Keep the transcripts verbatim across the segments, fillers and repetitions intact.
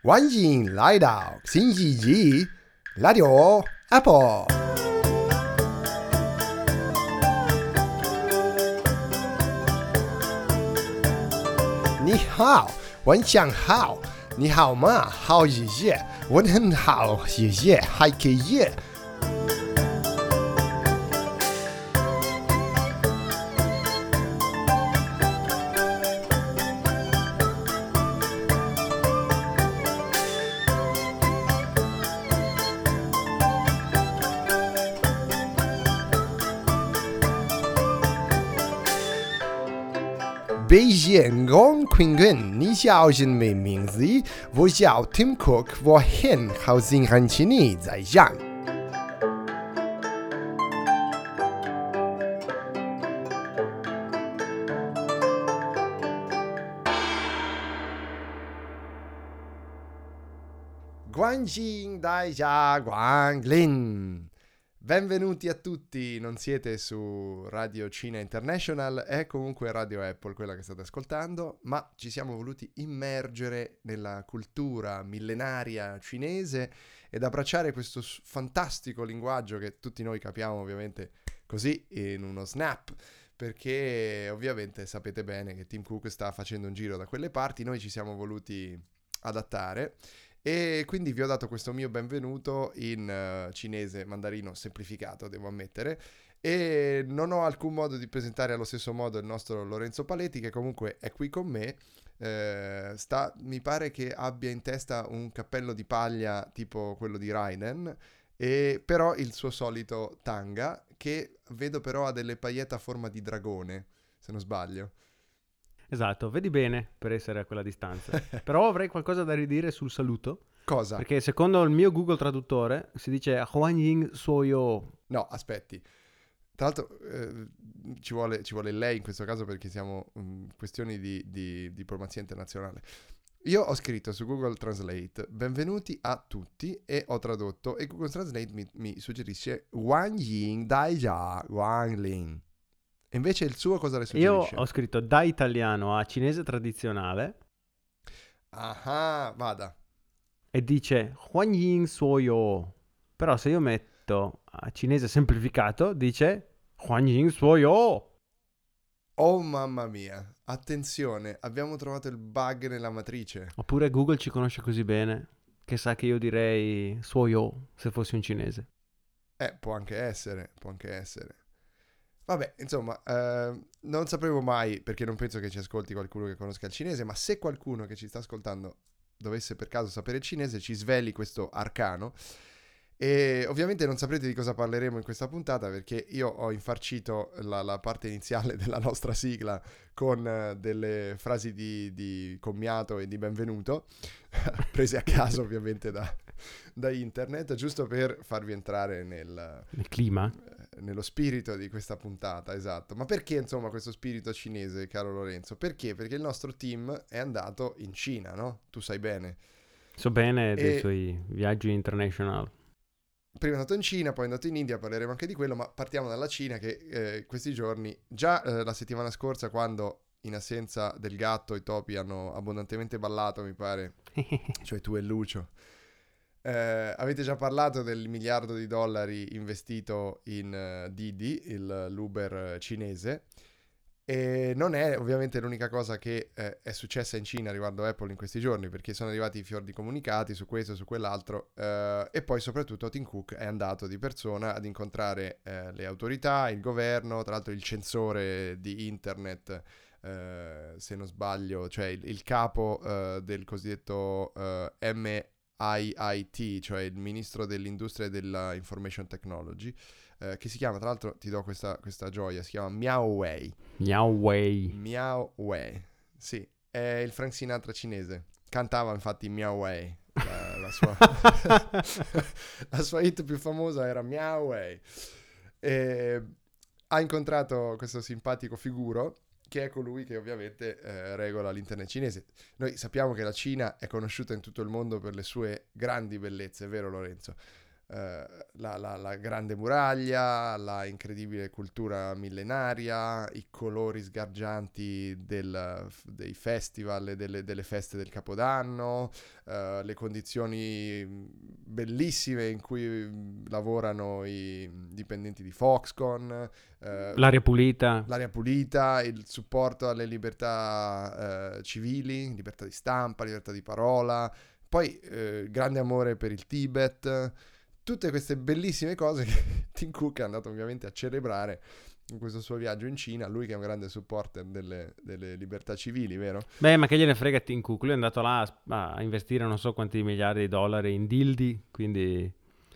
欢迎来到星期一 Radio Apple。你好，晚上好，你好吗？好，谢谢，我很好，谢谢，还可以。北京公群群，你小心没名字？我叫 Tim Cook， 我很好心很请你在家。欢迎大家光临。Benvenuti a tutti, non siete su Radio Cina International, è comunque Radio Apple quella che state ascoltando, ma ci siamo voluti immergere nella cultura millenaria cinese ed abbracciare questo fantastico linguaggio che tutti noi capiamo ovviamente così in uno snap, perché ovviamente sapete bene che Tim Cook sta facendo un giro da quelle parti, noi ci siamo voluti adattare. E quindi vi ho dato questo mio benvenuto in uh, cinese mandarino semplificato, devo ammettere, e non ho alcun modo di presentare allo stesso modo il nostro Lorenzo Paletti, che comunque è qui con me. Eh, sta, mi pare che abbia in testa un cappello di paglia tipo quello di Raiden, e però il suo solito tanga, che vedo però ha delle paillette a forma di dragone, se non sbaglio. Esatto, vedi bene per essere a quella distanza. Però avrei qualcosa da ridire sul saluto. Cosa? Perché secondo il mio Google Traduttore si dice Huan Ying Suoyo. No, aspetti. Tra l'altro eh, ci, vuole, ci vuole lei in questo caso perché siamo in questioni di, di diplomazia internazionale. Io ho scritto su Google Translate benvenuti a tutti e ho tradotto e Google Translate mi, mi suggerisce Huan Ying Daijia Wang Lin. E invece il suo cosa le suggerisce? Io ho scritto da italiano a cinese tradizionale. Ah, vada. E dice Huan Ying Suoyo. Però se io metto a cinese semplificato dice Huan Ying Suoyo. Oh mamma mia, attenzione, abbiamo trovato il bug nella matrice. Oppure Google ci conosce così bene che sa che io direi Suoyo se fossi un cinese. Eh, può anche essere, può anche essere. Vabbè, insomma, eh, non sapevo mai, perché non penso che ci ascolti qualcuno che conosca il cinese, ma se qualcuno che ci sta ascoltando dovesse per caso sapere il cinese, ci sveli questo arcano. E ovviamente non saprete di cosa parleremo in questa puntata, perché io ho infarcito la, la parte iniziale della nostra sigla con uh, delle frasi di, di commiato e di benvenuto, prese a caso ovviamente da, da internet, giusto per farvi entrare nel, nel clima, eh, nello spirito di questa puntata, esatto. Ma perché insomma questo spirito cinese, caro Lorenzo? Perché? Perché il nostro team è andato in Cina, no? Tu sai bene. So bene e... dei suoi viaggi international. Prima è andato in Cina, poi è andato in India, parleremo anche di quello, ma partiamo dalla Cina che eh, questi giorni, già eh, la settimana scorsa, quando in assenza del gatto i topi hanno abbondantemente ballato, mi pare, cioè tu e Lucio, eh, avete già parlato del miliardo di dollari investito in uh, Didi, il, l'Uber cinese, e non è ovviamente l'unica cosa che eh, è successa in Cina riguardo Apple in questi giorni, perché sono arrivati fior di comunicati su questo e su quell'altro, eh, e poi soprattutto Tim Cook è andato di persona ad incontrare eh, le autorità, il governo, tra l'altro il censore di internet, eh, se non sbaglio, cioè il, il capo eh, del cosiddetto eh, M I I T, cioè il ministro dell'industria e della information technology, Eh, che si chiama, tra l'altro ti do questa, questa gioia, si chiama Miao Wei. Miao Wei. Miao Wei, sì, è il Frank Sinatra cinese. Cantava infatti Miao Wei, la, la, sua, la sua hit più famosa era Miao Wei. E ha incontrato questo simpatico figuro, che è colui che ovviamente eh, regola l'internet cinese. Noi sappiamo che la Cina è conosciuta in tutto il mondo per le sue grandi bellezze, vero Lorenzo? eh, la, la, la grande muraglia, la incredibile cultura millenaria, i colori sgargianti del, dei festival e delle, delle feste del Capodanno, eh, le condizioni bellissime in cui lavorano i dipendenti di Foxconn, eh, L'aria pulita. l'aria pulita, il supporto alle libertà eh, civili, libertà di stampa, libertà di parola, poi eh, grande amore per il Tibet, tutte queste bellissime cose che Tim Cook è andato ovviamente a celebrare in questo suo viaggio in Cina, lui che è un grande supporter delle, delle libertà civili, vero? Beh, ma che gliene frega Tim Cook? Lui è andato là a, a investire non so quanti miliardi di dollari in dildi, quindi...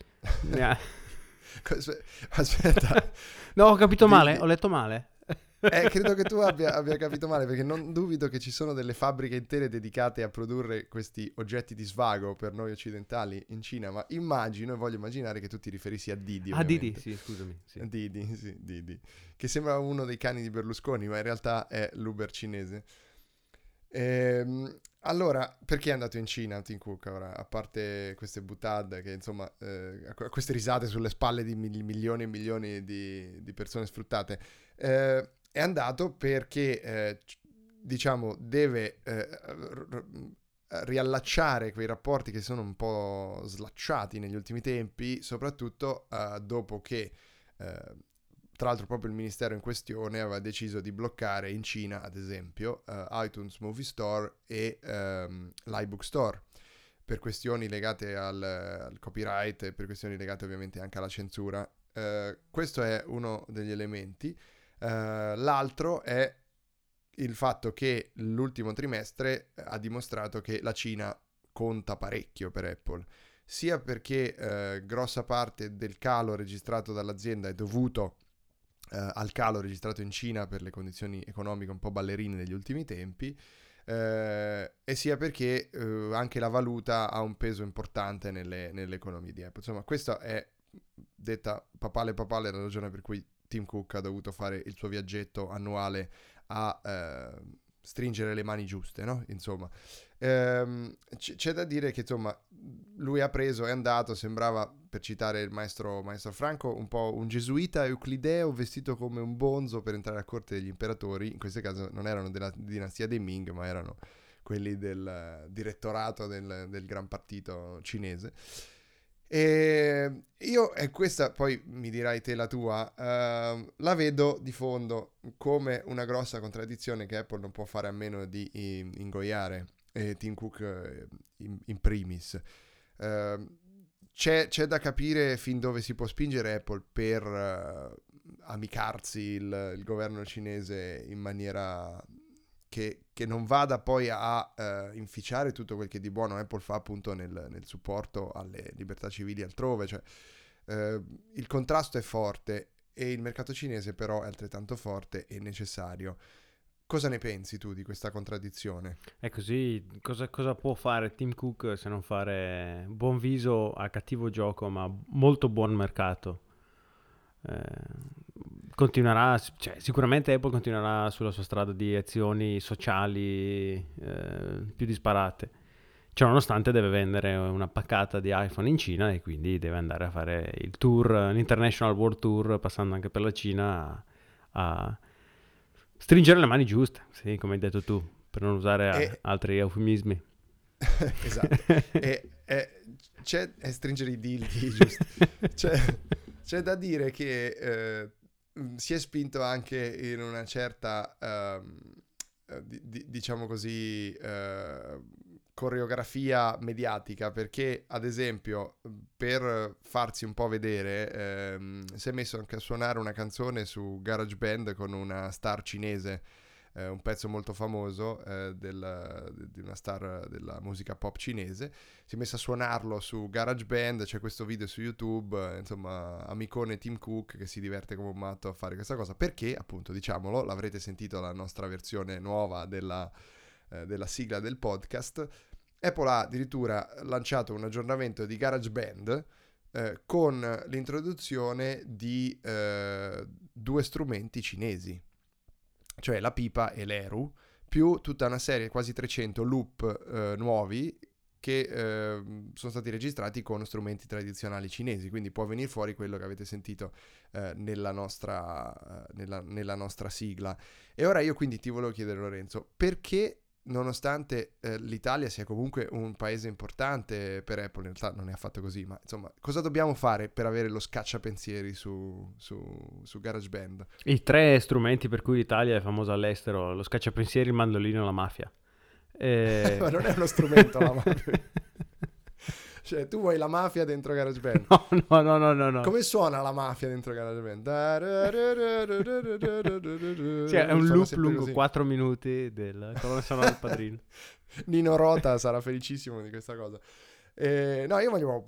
Aspetta. No, ho capito dildi. male? Ho letto male? Eh, credo che tu abbia, abbia capito male, perché non dubito che ci sono delle fabbriche intere dedicate a produrre questi oggetti di svago per noi occidentali in Cina, ma immagino e voglio immaginare che tu ti riferissi a Didi, Ah, ovviamente. Didi, sì, scusami. Sì. Didi, sì, Didi, che sembra uno dei cani di Berlusconi, ma in realtà è l'Uber cinese. Ehm, allora, perché è andato in Cina Tim Cook ora? A parte queste butade, che insomma, eh, queste risate sulle spalle di mil- milioni e milioni di, di persone sfruttate, eh, è andato perché, eh, diciamo, deve eh, r- r- riallacciare quei rapporti che sono un po' slacciati negli ultimi tempi, soprattutto eh, dopo che, eh, tra l'altro, proprio il ministero in questione aveva deciso di bloccare in Cina, ad esempio, eh, iTunes Movie Store e ehm, l'iBook Store, per questioni legate al, al copyright e per questioni legate ovviamente anche alla censura. Eh, questo è uno degli elementi. Uh, l'altro è il fatto che l'ultimo trimestre ha dimostrato che la Cina conta parecchio per Apple, sia perché uh, grossa parte del calo registrato dall'azienda è dovuto uh, al calo registrato in Cina per le condizioni economiche un po' ballerine degli ultimi tempi, uh, e sia perché uh, anche la valuta ha un peso importante nelle, nelle economie di Apple. Insomma, questa è, detta papale papale, la ragione per cui Tim Cook ha dovuto fare il suo viaggetto annuale a eh, stringere le mani giuste, no? Insomma, ehm, c- c'è da dire che insomma lui ha preso, è andato, sembrava, per citare il maestro, maestro Franco, un po' un gesuita euclideo vestito come un bonzo per entrare a corte degli imperatori. In questo caso non erano della dinastia dei Ming, ma erano quelli del uh, direttorato del, del gran partito cinese. E io, e questa poi mi dirai te la tua, uh, la vedo di fondo come una grossa contraddizione che Apple non può fare a meno di in, ingoiare, e Tim Cook in, in primis. Uh, c'è, c'è da capire fin dove si può spingere Apple per uh, amicarsi il, il governo cinese in maniera Che, che non vada poi a uh, inficiare tutto quel che di buono Apple fa appunto nel, nel supporto alle libertà civili altrove. Cioè, uh, il contrasto è forte e il mercato cinese però è altrettanto forte e necessario. Cosa ne pensi tu di questa contraddizione? È così, cosa, cosa può fare Tim Cook se non fare buon viso a cattivo gioco, ma molto buon mercato? Eh, continuerà, cioè, sicuramente Apple continuerà sulla sua strada di azioni sociali eh, più disparate. Cioè, nonostante deve vendere una paccata di iPhone in Cina e quindi deve andare a fare il tour, l'International World Tour, passando anche per la Cina a, a stringere le mani giuste, sì, come hai detto tu, per non usare E... altri eufemismi. esatto. E, e c'è è stringere i dildi, giusto? C'è, c'è da dire che eh, si è spinto anche in una certa, um, di, di, diciamo così, uh, coreografia mediatica, perché ad esempio per farsi un po' vedere ehm, si è messo anche a suonare una canzone su GarageBand con una star cinese, eh, un pezzo molto famoso eh, del, di una star della musica pop cinese. Si è messo a suonarlo su GarageBand, c'è questo video su YouTube, eh, insomma, amicone Tim Cook che si diverte come un matto a fare questa cosa, perché appunto, diciamolo, l'avrete sentito la nostra versione nuova della, eh, della sigla del podcast, Apple ha addirittura lanciato un aggiornamento di GarageBand eh, con l'introduzione di eh, due strumenti cinesi, cioè la pipa e l'Eru, più tutta una serie, quasi trecento loop eh, nuovi, che eh, sono stati registrati con strumenti tradizionali cinesi, quindi può venire fuori quello che avete sentito eh, nella, nostra, eh, nella, nella nostra sigla. E ora io quindi ti volevo chiedere, Lorenzo, perché nonostante eh, l'Italia sia comunque un paese importante per Apple, in realtà non è affatto così, ma insomma, cosa dobbiamo fare per avere lo scacciapensieri su, su, su GarageBand? I tre strumenti per cui l'Italia è famosa all'estero: lo scacciapensieri, il mandolino e la mafia. E... Ma non è uno strumento la mafia. Cioè, tu vuoi la mafia dentro GarageBand? No, no, no, no, no, no. Come suona la mafia dentro GarageBand? Sì, è un Suona loop sempre lungo così. quattro minuti del colonna sonora del Padrino. Nino Rota sarà felicissimo di questa cosa. Eh, no, io voglio...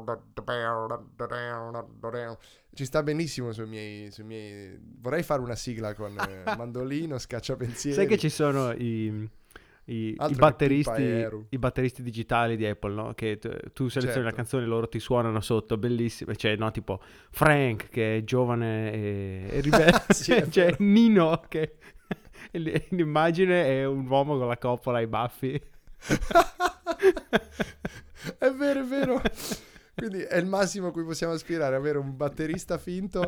Ci sta benissimo sui miei, sui miei... Vorrei fare una sigla con eh, mandolino, scacciapensieri. Sai che ci sono i, i, i Altro che batteristi, Pippa e Eru. i batteristi digitali di Apple, no? Che tu, tu selezioni Certo. la canzone, loro ti suonano sotto, bellissime. Cioè, no, tipo Frank, che è giovane e, e ribelle. Sì, è Cioè, vero. Nino, che l'immagine è un uomo con la coppola e i baffi. È vero, è vero. Quindi è il massimo a cui possiamo aspirare, avere un batterista finto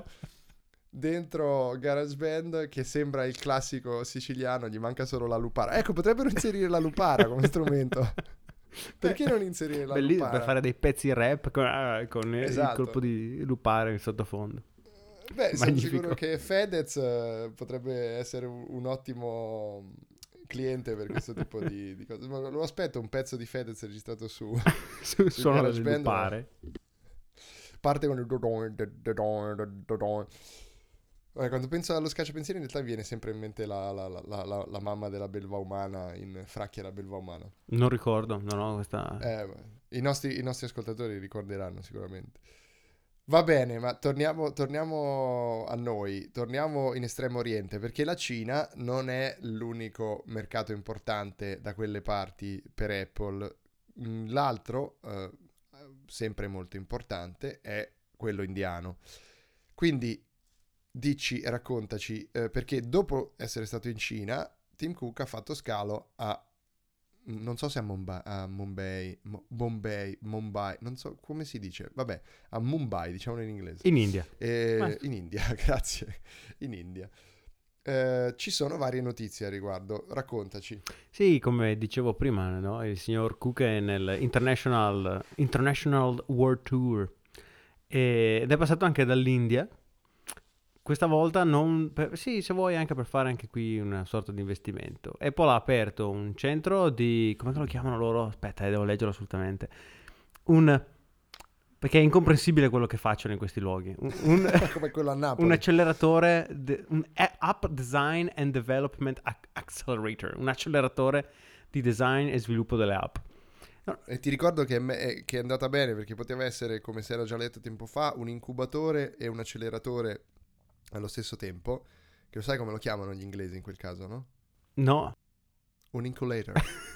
dentro GarageBand che sembra il classico siciliano, gli manca solo la lupara. Ecco, potrebbero inserire la lupara come strumento. Perché non inserire la Bellissimo, lupara? per fare dei pezzi rap con, ah, con Esatto. il colpo di lupare in sottofondo. Beh, sono Magnifico. sicuro che Fedez eh, potrebbe essere un, un ottimo cliente per questo tipo di, di cose. Ma lo aspetto un pezzo di Fedez registrato su, Su- su Suono da GarageBand. lupare. Parte con il dodon, dodon, dodon. Vabbè, quando penso allo scacciapensieri in realtà mi viene sempre in mente la, la, la, la, la mamma della belva umana in Fracchia la belva umana. Non ricordo, non ho questa... Eh, i, nostri, i nostri ascoltatori ricorderanno sicuramente. Va bene, ma torniamo, torniamo a noi, torniamo in Estremo Oriente, perché la Cina non è l'unico mercato importante da quelle parti per Apple. L'altro, eh, sempre molto importante, è quello indiano. Quindi dici, raccontaci, eh, perché dopo essere stato in Cina, Tim Cook ha fatto scalo a, non so se a Mumbai, a Mumbai, Mo- Bombay, Mumbai, non so come si dice, vabbè, a Mumbai, diciamolo in inglese. In India. Eh, Eh. in India, grazie, in India. Eh, ci sono varie notizie a riguardo, raccontaci. Sì, come dicevo prima, no? Il signor Cook è nel International, International World Tour e- ed è passato anche dall'India. Questa volta non... per- sì, se vuoi anche per fare anche qui una sorta di investimento. Apple ha aperto un centro di... come lo chiamano loro? Aspetta, eh, devo leggerlo assolutamente. Un... perché è incomprensibile quello che facciano in questi luoghi. Un, un- Come quello a Napoli. un acceleratore, de- un a- App Design and Development Ac- Accelerator, un acceleratore di design e sviluppo delle app. No, E ti ricordo che è, me- è- che è andata bene perché poteva essere, come si era già letto tempo fa, un incubatore e un acceleratore allo stesso tempo. Che lo sai come lo chiamano gli inglesi in quel caso, no? no. Un incubator.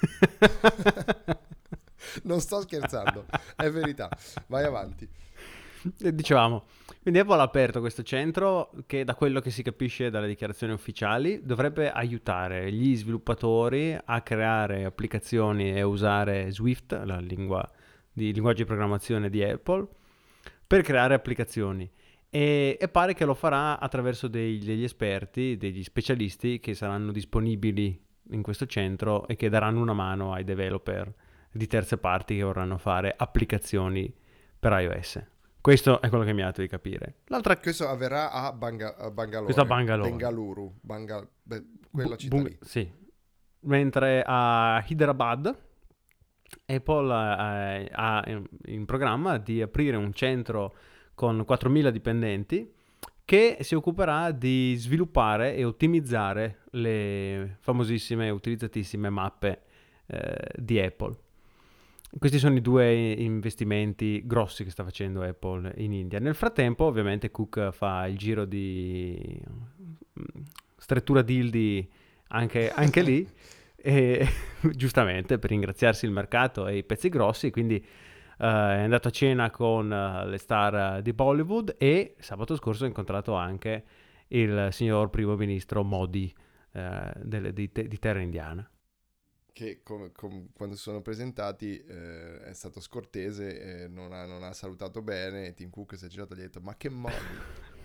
Non sto scherzando, è verità. Vai avanti. E dicevamo, quindi Apple ha aperto questo centro che, da quello che si capisce dalle dichiarazioni ufficiali, dovrebbe aiutare gli sviluppatori a creare applicazioni e usare Swift, la lingua di linguaggio di programmazione di Apple, per creare applicazioni. E, e pare che lo farà attraverso dei- degli esperti, degli specialisti che saranno disponibili in questo centro e che daranno una mano ai developer di terze parti che vorranno fare applicazioni per iOS. Questo è quello che mi ha dato di capire. L'altra Questo avverrà a, Banga- a Bangalore. Questo a Bangalore. Bengaluru. Banga- beh, quella Bu- città bu- lì. Sì. Mentre a Hyderabad Apple eh, ha in, in programma di aprire un centro con quattromila dipendenti che si occuperà di sviluppare e ottimizzare le famosissime e utilizzatissime mappe eh, di Apple. Questi sono i due investimenti grossi che sta facendo Apple in India. Nel frattempo, ovviamente, Cook fa il giro di strettura dildi anche, anche lì, e, giustamente per ringraziarsi il mercato e i pezzi grossi, quindi uh, è andato a cena con uh, le star di Bollywood e sabato scorso ha incontrato anche il signor primo ministro Modi uh, delle, di, di terra indiana. che com- com- quando si sono presentati eh, è stato scortese, e non ha, non ha salutato bene, e Tim Cook si è girato e gli ha detto ma che modi.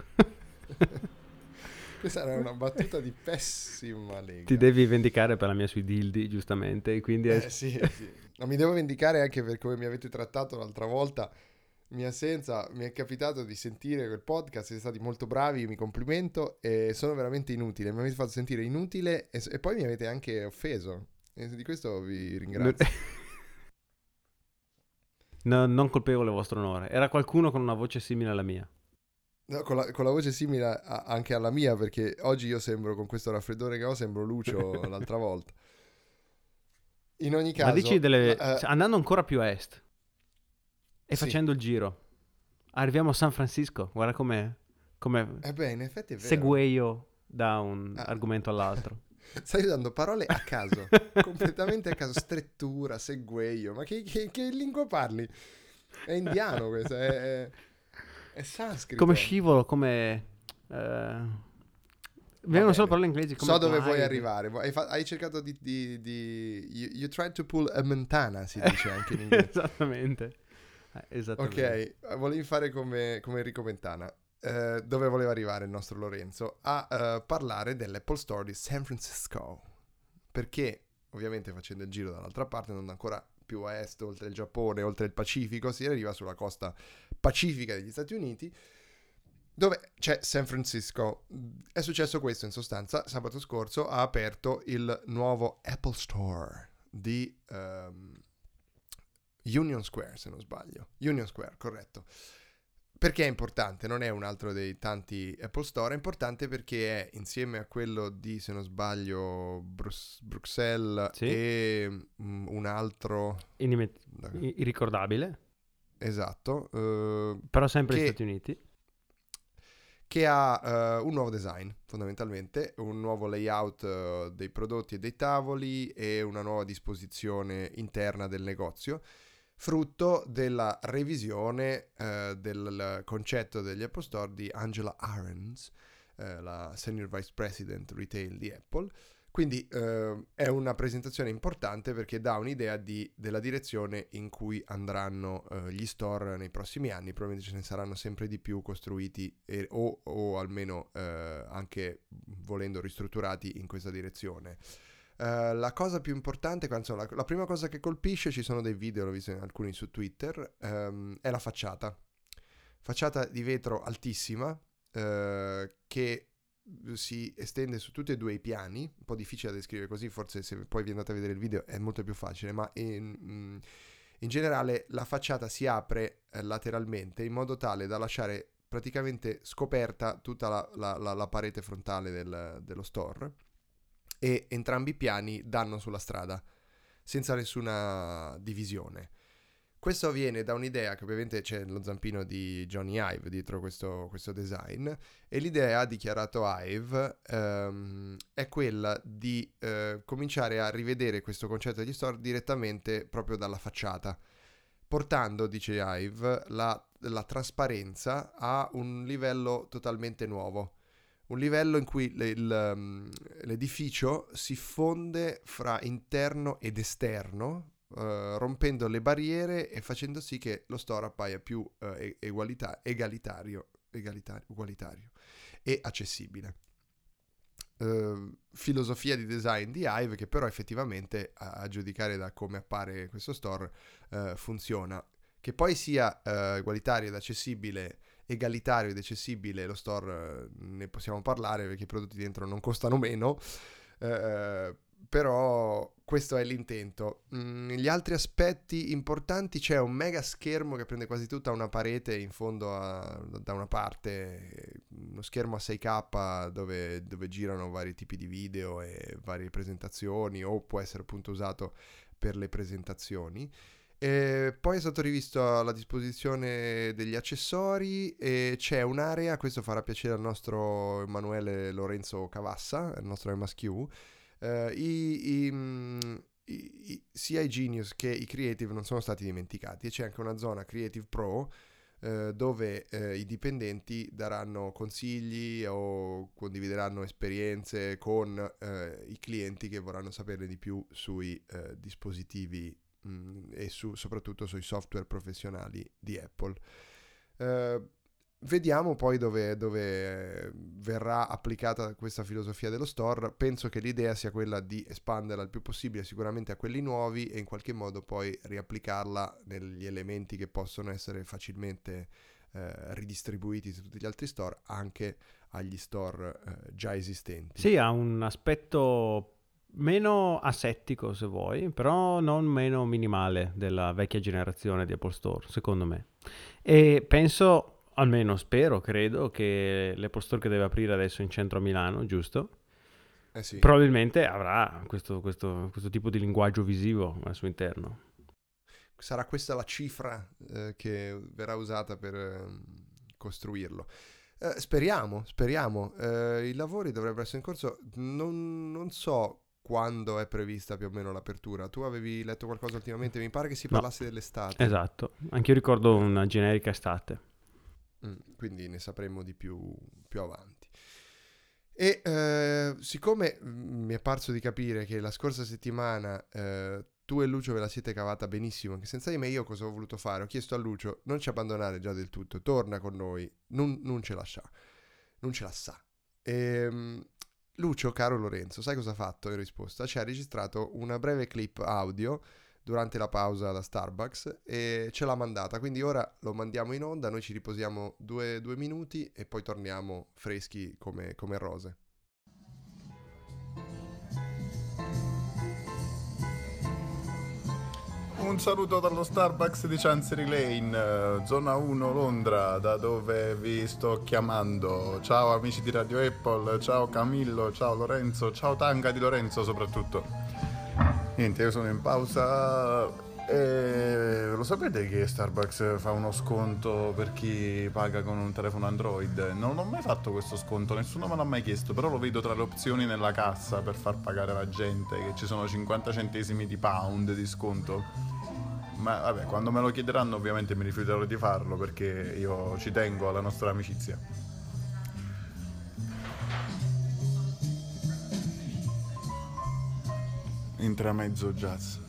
Questa era una battuta di pessima Ti lega. devi vendicare per la mia sui dildi, giustamente, e quindi è... Eh sì, sì. Ma mi devo vendicare anche per come mi avete trattato l'altra volta, in mia assenza. Mi è capitato di sentire quel podcast, siete stati molto bravi, mi complimento, e sono veramente inutile. Mi avete fatto sentire inutile e, e poi mi avete anche offeso. E di questo vi Non... ringrazio. No, non colpevole vostro onore. Era qualcuno con una voce simile alla mia. No, con, la, con la voce simile a- anche alla mia, perché oggi io sembro, con questo raffreddore che ho, sembro Lucio l'altra volta. In ogni Ma dici caso, delle... la- eh, andando ancora più a est e sì, facendo il giro, arriviamo a San Francisco. Guarda come come eh beh, in effetti è vero. seguoio da un Ah, argomento all'altro. stai usando parole a caso, completamente a caso, strettura, segueio, ma che, che- che lingua parli? È indiano questo, è, è- è Come sanscrito. scivolo, come... eh, Va vengono solo bene, parole inglesi come so dove vuoi glide. arrivare. Hai, fa- hai cercato di... di, di- you, you tried to pull a Montana, si dice anche in inglese. Esattamente. Eh, Ok, Esattamente. eh, volevi fare come, come Enrico Mentana. Eh, dove voleva arrivare il nostro Lorenzo? A eh, parlare dell'Apple Store di San Francisco. Perché, ovviamente, facendo il giro dall'altra parte, andando ancora più a est, oltre il Giappone, oltre il Pacifico, si arriva sulla costa pacifica degli Stati Uniti, dove c'è San Francisco. È successo questo in sostanza. Sabato scorso ha aperto il nuovo Apple Store di ehm, Union Square, se non sbaglio. Union Square, corretto. Perché è importante? Non è un altro dei tanti Apple Store, è importante perché è, insieme a quello di, se non sbaglio, Brus- Bruxelles Sì, e mm, un altro, Inimet- i- irricordabile, esatto, eh, però sempre negli Stati che, Uniti. che ha eh, un nuovo design, fondamentalmente, un nuovo layout eh, dei prodotti e dei tavoli e una nuova disposizione interna del negozio, frutto della revisione eh, del concetto degli Apple Store di Angela Ahrens, eh, la Senior Vice President Retail di Apple. Quindi eh, è una presentazione importante perché dà un'idea di, della direzione in cui andranno eh, gli store nei prossimi anni. Probabilmente ce ne saranno sempre di più costruiti e, o, o almeno eh, anche volendo ristrutturati in questa direzione. Uh, la cosa più importante, insomma, la, la prima cosa che colpisce, ci sono dei video, l'ho visto in alcuni su Twitter, um, è la facciata. Facciata di vetro altissima, uh, che si estende su tutti e due i piani, un po' difficile da descrivere così, forse se poi vi andate a vedere il video è molto più facile, ma in, in generale la facciata si apre eh, lateralmente in modo tale da lasciare praticamente scoperta tutta la, la, la, la parete frontale del, dello store, e entrambi i piani danno sulla strada senza nessuna divisione. Questo viene da un'idea che ovviamente c'è lo zampino di Johnny Ive dietro questo, questo design, e l'idea, ha dichiarato Ive, ehm, è quella di eh, cominciare a rivedere questo concetto degli store direttamente proprio dalla facciata, portando, dice Ive, la, la trasparenza a un livello totalmente nuovo. Un livello in cui le, il, um, l'edificio si fonde fra interno ed esterno, uh, rompendo le barriere e facendo sì che lo store appaia più uh, egualita- egalitario, egalitario, ugualitario e accessibile. Uh, filosofia di design di Ive che però effettivamente, a, a giudicare da come appare questo store, uh, funziona. Che poi sia uh, egualitario ed accessibile, egalitario ed accessibile, lo store uh, ne possiamo parlare perché i prodotti dentro non costano meno, uh, però questo è l'intento. Mm, gli altri aspetti importanti: c'è un mega schermo che prende quasi tutta una parete in fondo a, da una parte, uno schermo a sei K dove, dove girano vari tipi di video e varie presentazioni, o può essere appunto usato per le presentazioni. E poi è stato rivisto la disposizione degli accessori e c'è un'area, questo farà piacere al nostro Emanuele Lorenzo Cavassa, il nostro M S Q, eh, i, i, i, i, sia i Genius che i Creative non sono stati dimenticati, e c'è anche una zona Creative Pro eh, dove eh, i dipendenti daranno consigli o condivideranno esperienze con eh, i clienti che vorranno saperne di più sui eh, dispositivi mh, e su, soprattutto sui software professionali di Apple. Eh, Vediamo poi dove, dove verrà applicata questa filosofia dello store. Penso che l'idea sia quella di espanderla il più possibile sicuramente a quelli nuovi e in qualche modo poi riapplicarla negli elementi che possono essere facilmente eh, ridistribuiti su tutti gli altri store anche agli store eh, già esistenti. Sì, ha un aspetto meno asettico se vuoi, però non meno minimale della vecchia generazione di Apple Store, secondo me. E penso... Almeno spero, credo, che l'Apple Store che deve aprire adesso in centro a Milano, giusto? Eh sì. Probabilmente avrà questo, questo, questo tipo di linguaggio visivo al suo interno. Sarà questa la cifra eh, che verrà usata per eh, costruirlo. Eh, speriamo, speriamo. Eh, I lavori dovrebbero essere in corso. Non, non so quando è prevista più o meno l'apertura. Tu avevi letto qualcosa ultimamente? Mi pare che si parlasse no. dell'estate. Esatto, anch'io ricordo una generica estate. Mm, quindi ne sapremo di più più avanti. E eh, siccome mi è parso di capire che la scorsa settimana eh, tu e Lucio ve la siete cavata benissimo, che senza di me io cosa ho voluto fare? Ho chiesto a Lucio non ci abbandonare già del tutto, torna con noi, non, non ce la sa, non ce la sa. E, Lucio, caro Lorenzo, sai cosa ha fatto in risposta? Ci ha registrato una breve clip audio durante la pausa da Starbucks e ce l'ha mandata, quindi ora lo mandiamo in onda, noi ci riposiamo due, due minuti e poi torniamo freschi come, come rose. Un saluto dallo Starbucks di Chancery Lane, zona uno Londra, da dove vi sto chiamando. Ciao amici di Radio Apple, ciao Camillo, ciao Lorenzo, ciao Tanga di Lorenzo soprattutto. Niente, io sono in pausa e lo sapete che Starbucks fa uno sconto per chi paga con un telefono Android? Non ho mai fatto questo sconto, nessuno me l'ha mai chiesto, però lo vedo tra le opzioni nella cassa per far pagare la gente, che ci sono cinquanta centesimi di pound di sconto. Ma vabbè, quando me lo chiederanno ovviamente mi rifiuterò di farlo perché io ci tengo alla nostra amicizia. Intramezzo jazz.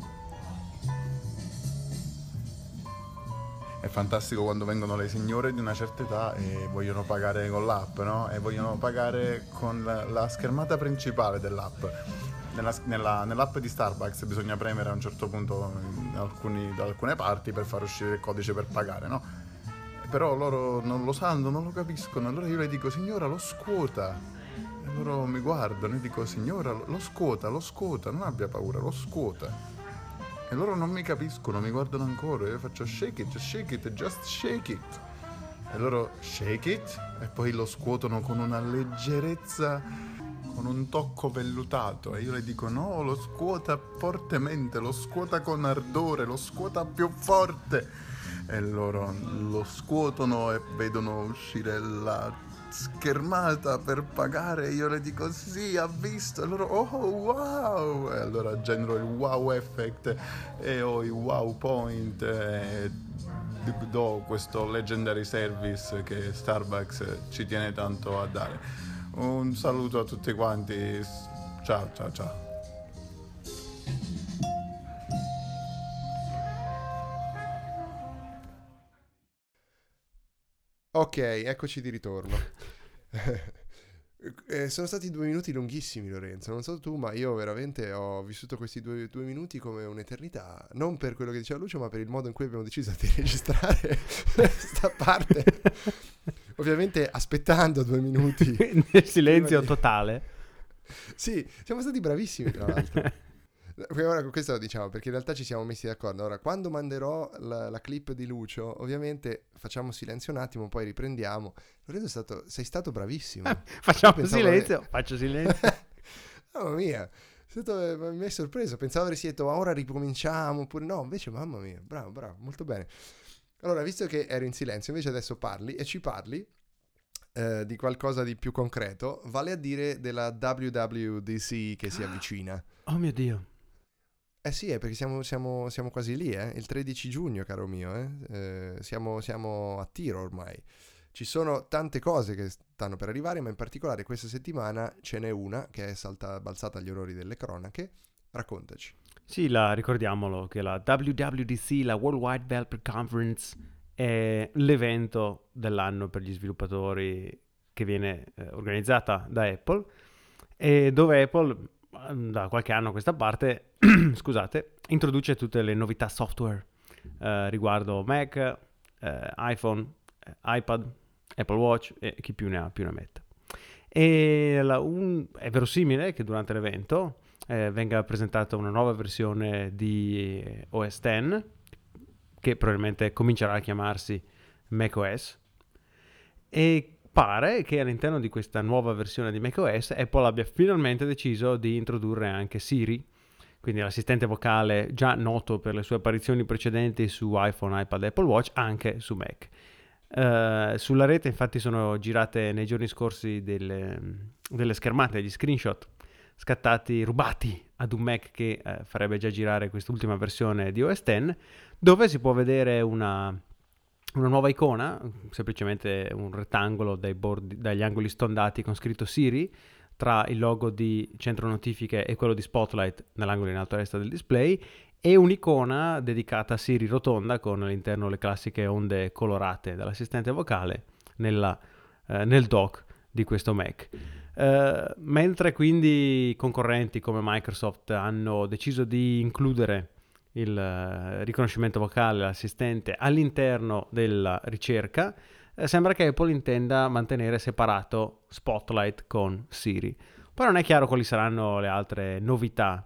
È fantastico quando vengono le signore di una certa età e vogliono pagare con l'app, no? E vogliono pagare con la, la schermata principale dell'app. Nella, nella, nell'app di Starbucks bisogna premere a un certo punto in alcuni, da alcune parti per far uscire il codice per pagare, no? Però loro non lo sanno, non lo capiscono. Allora io le dico, signora, lo scuota. E loro mi guardano e dico, signora, lo scuota, lo scuota, non abbia paura, lo scuota. E loro non mi capiscono, mi guardano ancora, io faccio shake it, shake it, just shake it. E loro shake it e poi lo scuotono con una leggerezza, con un tocco vellutato. E io le dico, no, lo scuota fortemente, lo scuota con ardore, lo scuota più forte. E loro lo scuotono e vedono uscire la schermata per pagare. Io le dico sì, ha visto, e loro oh wow, e allora genero il wow effect e ho i wow point e do questo legendary service che Starbucks ci tiene tanto a dare. Un saluto a tutti quanti, ciao ciao ciao. Ok, eccoci di ritorno. eh, sono stati due minuti lunghissimi, Lorenzo. Non so tu, ma io veramente ho vissuto questi due, due minuti come un'eternità. Non per quello che diceva Lucio, ma per il modo in cui abbiamo deciso di registrare questa parte. Ovviamente aspettando due minuti. Nel silenzio totale. Sì, siamo stati bravissimi, tra l'altro. Ora con questo lo diciamo perché in realtà ci siamo messi d'accordo. Ora, quando manderò la, la clip di Lucio, ovviamente facciamo silenzio un attimo, poi riprendiamo. Lorenzo è stato, sei stato bravissimo. Facciamo silenzio, che... faccio silenzio. Mamma mia, stato, mi hai sorpreso. Pensavo avresti detto ora ricominciamo, oppure no, invece mamma mia, bravo, bravo, molto bene. Allora, visto che ero in silenzio, invece adesso parli e ci parli eh, di qualcosa di più concreto, vale a dire della W W D C che si avvicina. Oh mio Dio. Eh Eh sì, è perché siamo, siamo, siamo quasi lì, eh? Il tredici giugno, caro mio, eh? Eh, siamo, siamo a tiro ormai. Ci sono tante cose che stanno per arrivare, ma in particolare questa settimana ce n'è una che è salta, balzata agli orrori delle cronache. Raccontaci. Sì, la, ricordiamolo che la W W D C, la Worldwide Developer Conference, è l'evento dell'anno per gli sviluppatori che viene eh, organizzata da Apple, e dove Apple da qualche anno a questa parte scusate, introduce tutte le novità software eh, riguardo Mac, eh, iPhone, eh, iPad, Apple Watch e chi più ne ha più ne metta. E la, un, è verosimile che durante l'evento eh, venga presentata una nuova versione di O S dieci, che probabilmente comincerà a chiamarsi macOS, e pare che all'interno di questa nuova versione di macOS Apple abbia finalmente deciso di introdurre anche Siri, quindi l'assistente vocale già noto per le sue apparizioni precedenti su iPhone, iPad e Apple Watch, anche su Mac. Uh, sulla rete infatti sono girate nei giorni scorsi delle, delle schermate, degli screenshot scattati, rubati ad un Mac che uh, farebbe già girare quest'ultima versione di O S dieci, dove si può vedere una una nuova icona, semplicemente un rettangolo dai bordi, dagli angoli stondati con scritto Siri, tra il logo di centro notifiche e quello di Spotlight nell'angolo in alto a destra del display, e un'icona dedicata a Siri rotonda con all'interno le classiche onde colorate dall'assistente vocale nella, eh, nel dock di questo Mac. Uh, mentre quindi concorrenti come Microsoft hanno deciso di includere il uh, riconoscimento vocale, l'assistente, all'interno della ricerca, eh, sembra che Apple intenda mantenere separato Spotlight con Siri. Poi non è chiaro quali saranno le altre novità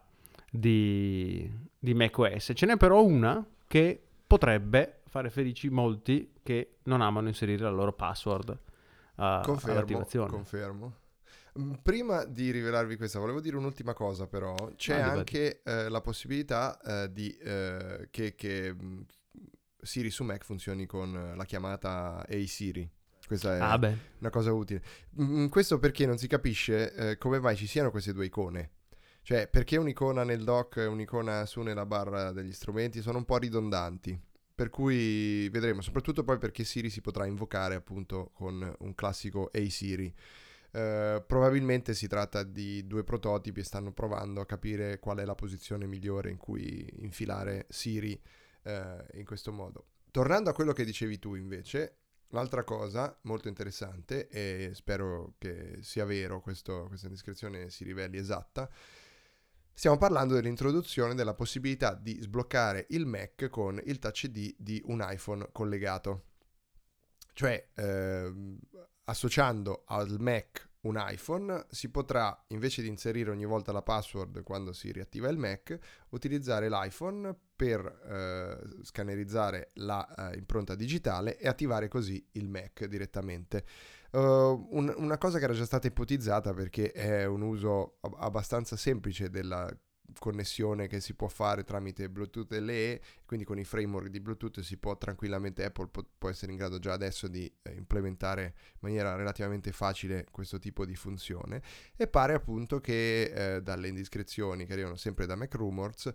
di, di macOS. Ce n'è però una che potrebbe fare felici molti che non amano inserire la loro password uh, confermo, all'attivazione. Confermo. Prima di rivelarvi questa, volevo dire un'ultima cosa però. C'è ah, anche eh, la possibilità eh, di eh, che, che mh, Siri su Mac funzioni con la chiamata Hey Siri. Questa è ah, una cosa utile. Mm, questo perché non si capisce eh, come mai ci siano queste due icone. Cioè, perché un'icona nel dock e un'icona su nella barra degli strumenti sono un po' ridondanti. Per cui vedremo, soprattutto poi perché Siri si potrà invocare appunto con un classico Hey Siri. Uh, probabilmente si tratta di due prototipi e stanno provando a capire qual è la posizione migliore in cui infilare Siri uh, in questo modo. Tornando a quello che dicevi tu invece, l'altra cosa molto interessante, e spero che sia vero, questo, questa descrizione si riveli esatta, stiamo parlando dell'introduzione della possibilità di sbloccare il Mac con il Touch I D di un iPhone collegato. Cioè, uh, associando al Mac un iPhone, si potrà, invece di inserire ogni volta la password quando si riattiva il Mac, utilizzare l'iPhone per eh, scannerizzare la eh, impronta digitale e attivare così il Mac direttamente. Uh, un, una cosa che era già stata ipotizzata, perché è un uso ab- abbastanza semplice della connessione che si può fare tramite Bluetooth L E, quindi con i framework di Bluetooth si può tranquillamente, Apple può, può essere in grado già adesso di eh, implementare in maniera relativamente facile questo tipo di funzione, e pare appunto che eh, dalle indiscrezioni che arrivano sempre da Mac Rumors,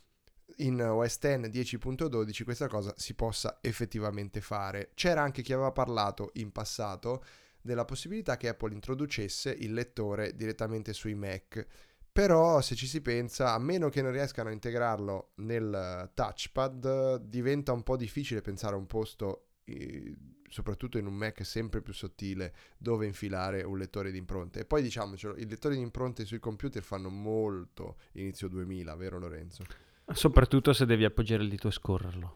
in O S X dieci punto dodici questa cosa si possa effettivamente fare. C'era anche chi aveva parlato in passato della possibilità che Apple introducesse il lettore direttamente sui Mac. Però se ci si pensa, a meno che non riescano a integrarlo nel touchpad, diventa un po' difficile pensare a un posto, eh, soprattutto in un Mac sempre più sottile, dove infilare un lettore di impronte. E poi diciamocelo, i lettori di impronte sui computer fanno molto inizio duemila, vero Lorenzo? Soprattutto se devi appoggiare il dito e scorrerlo.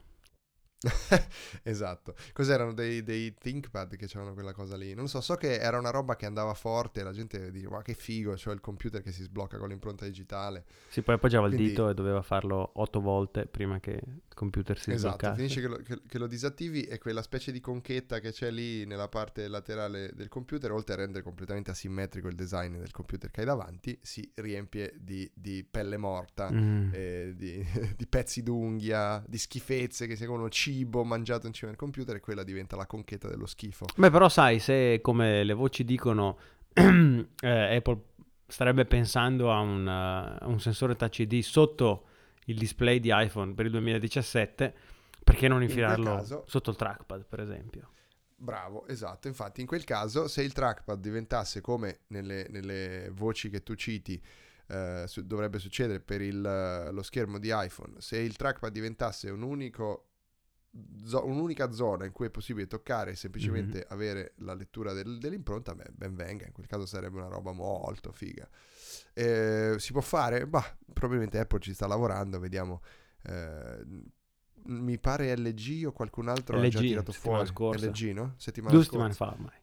Esatto. Cos'erano dei, dei ThinkPad che c'erano quella cosa lì? Non so, so che era una roba che andava forte e la gente diceva ma che figo, c'ho il computer che si sblocca con l'impronta digitale. Si poi appoggiava Quindi... il dito e doveva farlo otto volte prima che il computer si esatto, sbloccasse. finisce che lo, che, che lo disattivi e quella specie di conchetta che c'è lì nella parte laterale del computer, oltre a rendere completamente asimmetrico il design del computer che hai davanti, si riempie di, di pelle morta, mm. eh, di, di pezzi d'unghia, di schifezze che seguono cibo mangiato in cima del computer, e quella diventa la conchetta dello schifo. Beh, però sai, se come le voci dicono eh, Apple starebbe pensando a un, uh, un sensore Touch I D sotto il display di iPhone per il duemiladiciassette, perché non In quel infilarlo caso- sotto il trackpad, per esempio? Bravo, esatto. Infatti, in quel caso, se il trackpad diventasse come nelle, nelle voci che tu citi, eh, su- dovrebbe succedere per il, lo schermo di iPhone, se il trackpad diventasse un unico, zo- un'unica zona in cui è possibile toccare e semplicemente Mhm. avere la lettura del- dell'impronta, beh, ben venga. In quel caso sarebbe una roba molto figa. Eh, si può fare? Bah, probabilmente Apple ci sta lavorando, vediamo. Eh, mi pare L G o qualcun altro ha già L G, tirato settimana fuori. scorsa. L G, no? Settimana Due scorsa. settimane fa ormai.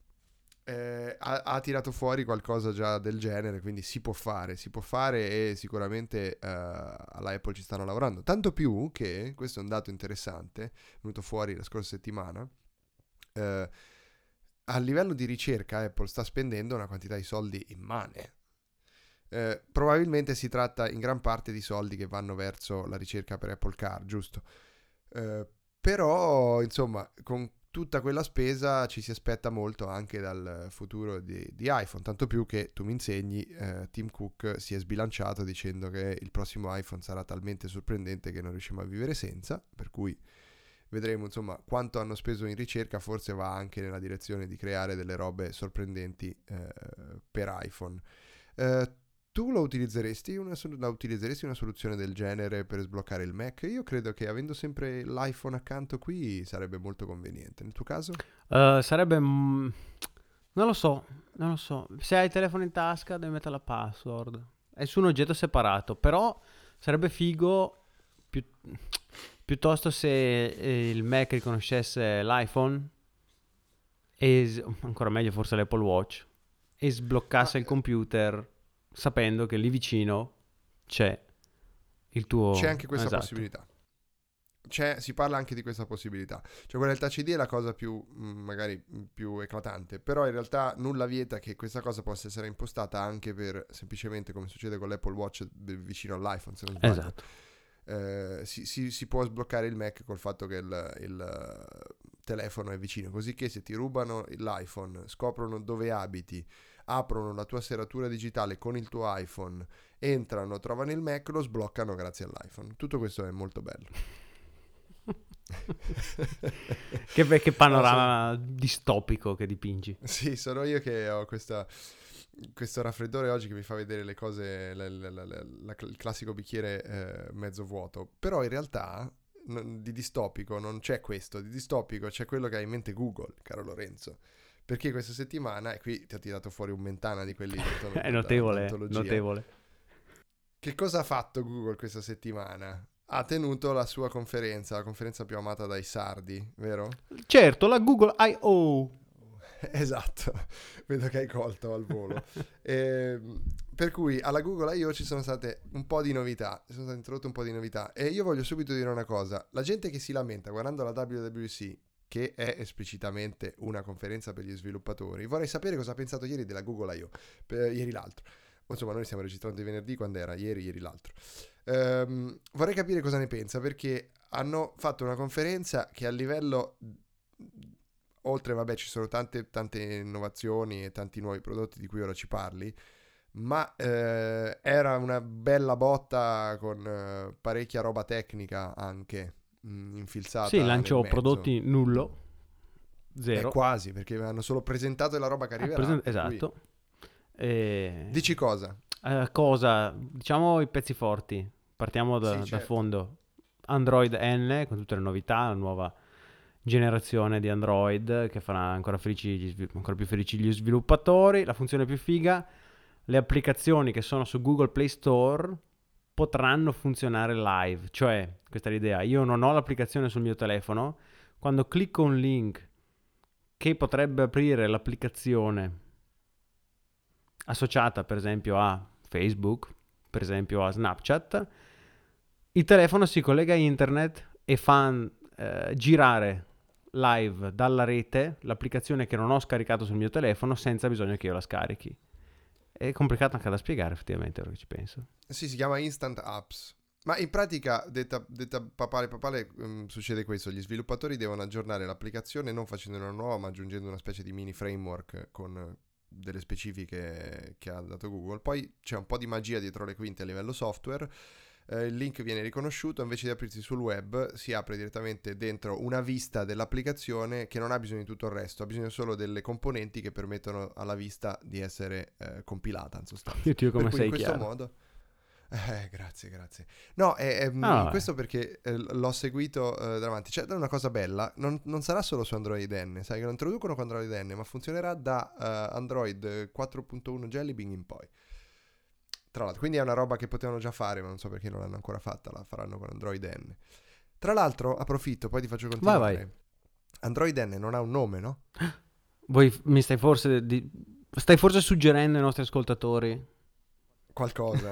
Eh, ha, ha tirato fuori qualcosa già del genere, quindi si può fare, si può fare e sicuramente eh, alla Apple ci stanno lavorando. Tanto più che, questo è un dato interessante, è venuto fuori la scorsa settimana, eh, a livello di ricerca Apple sta spendendo una quantità di soldi immane. Eh, probabilmente si tratta in gran parte di soldi che vanno verso la ricerca per Apple Car, giusto? Eh, però, insomma, con tutta quella spesa ci si aspetta molto anche dal futuro di, di iPhone, tanto più che tu mi insegni, eh, Tim Cook si è sbilanciato dicendo che il prossimo iPhone sarà talmente sorprendente che non riusciamo a vivere senza, per cui vedremo insomma quanto hanno speso in ricerca, forse va anche nella direzione di creare delle robe sorprendenti eh, per iPhone. Eh, tu lo utilizzeresti una, sol- la utilizzeresti una soluzione del genere per sbloccare il Mac? Io credo che avendo sempre l'iPhone accanto qui sarebbe molto conveniente. Nel tuo caso? Eh, sarebbe... mm, non lo so, non lo so. Se hai il telefono in tasca devi mettere la password. È su un oggetto separato, però sarebbe figo più- piuttosto se eh, il Mac riconoscesse l'iPhone e s- ancora meglio forse l'Apple Watch e sbloccasse Ma il eh, computer sapendo che lì vicino c'è il c'è tuo... anche questa Esatto. possibilità. C'è, si parla anche di questa possibilità. Cioè quella del Touch I D è la cosa più, mh, magari mh, più eclatante, però in realtà nulla vieta che questa cosa possa essere impostata anche per semplicemente come succede con l'Apple Watch d- vicino all'iPhone, se non sbaglio. Esatto. Eh, si, si- si può sbloccare il Mac col fatto che il, il, eh, telefono è vicino, così che se ti rubano l'iPhone, scoprono dove abiti, aprono la tua serratura digitale con il tuo iPhone, entrano, trovano il Mac, lo sbloccano grazie all'iPhone. Tutto questo è molto bello. Che, be- che No, sono- panorama distopico che dipingi. sì, sono io che ho questa, questo raffreddore oggi che mi fa vedere le cose, la- la- la- la- la- il classico bicchiere eh, mezzo vuoto. Però in realtà non- di distopico non c'è questo, di distopico c'è quello che ha in mente Google, caro Lorenzo. Perché questa settimana, e qui ti ho tirato fuori un mentana di quelli d'anto- È da- da- notevole, d'antologia, notevole. che cosa ha fatto Google questa settimana? Ha tenuto la sua conferenza, la conferenza più amata dai sardi, vero? Certo, la Google I O. Esatto, vedo che hai colto al volo. Ehm, per cui alla Google I O ci sono state un po' di novità, sono state introdotte un po' di novità e io voglio subito dire una cosa, la gente che si lamenta guardando la W W D C, che è esplicitamente una conferenza per gli sviluppatori, vorrei sapere cosa ha pensato ieri della Google I O, per, ieri l'altro. Insomma, noi stiamo registrando di venerdì, quando era? Ieri, ieri l'altro. Ehm, vorrei capire cosa ne pensa, perché hanno fatto una conferenza che a livello... Oltre, vabbè, ci sono tante, tante innovazioni e tanti nuovi prodotti di cui ora ci parli, ma eh, era una bella botta con eh, parecchia roba tecnica anche mh, Sì, infilzata nel lancio mezzo. prodotti nullo, È zero. quasi, perché hanno solo presentato la roba che Eh, arriverà. presen- Per cui... esatto. E... Dici cosa? eh, cosa? Diciamo i pezzi forti. Partiamo da, Sì, da certo. fondo. Android N con tutte le novità, la nuova generazione di Android che farà ancora, felici gli svil- ancora più felici gli sviluppatori. La funzione più figa, le applicazioni che sono su Google Play Store potranno funzionare live. Cioè, questa è l'idea, io non ho l'applicazione sul mio telefono, quando clicco un link che potrebbe aprire l'applicazione associata per esempio a Facebook, per esempio a Snapchat, il telefono si collega a internet e fa eh, girare live dalla rete l'applicazione che non ho scaricato sul mio telefono senza bisogno che io la scarichi. È complicato anche da spiegare effettivamente, ora che ci penso. Sì, si chiama Instant Apps. Ma in pratica, detta, detta papale papale, um, succede questo. Gli sviluppatori devono aggiornare l'applicazione non facendo una nuova, ma aggiungendo una specie di mini framework con eh, delle specifiche che ha dato Google. Poi c'è un po' di magia dietro le quinte a livello software. eh, il link viene riconosciuto, invece di aprirsi sul web si apre direttamente dentro una vista dell'applicazione che non ha bisogno di tutto il resto, ha bisogno solo delle componenti che permettono alla vista di essere eh, compilata in sostanza. Io ti dico come per cui sei in questo chiaro. modo... Eh, grazie, grazie. No, è, è, Ah, questo perché eh, l'ho seguito eh, davanti. C'è una cosa bella, non, non sarà solo su Android N, sai che lo introducono con Android N, ma funzionerà da uh, Android quattro punto uno Jelly Bean in poi. Tra l'altro, quindi è una roba che potevano già fare, ma non so perché non l'hanno ancora fatta, la faranno con Android N. Tra l'altro, approfitto, poi ti faccio continuare. Vai, vai. Android N non ha un nome, no? Voi mi stai forse di... stai forse suggerendo ai nostri ascoltatori Qualcosa.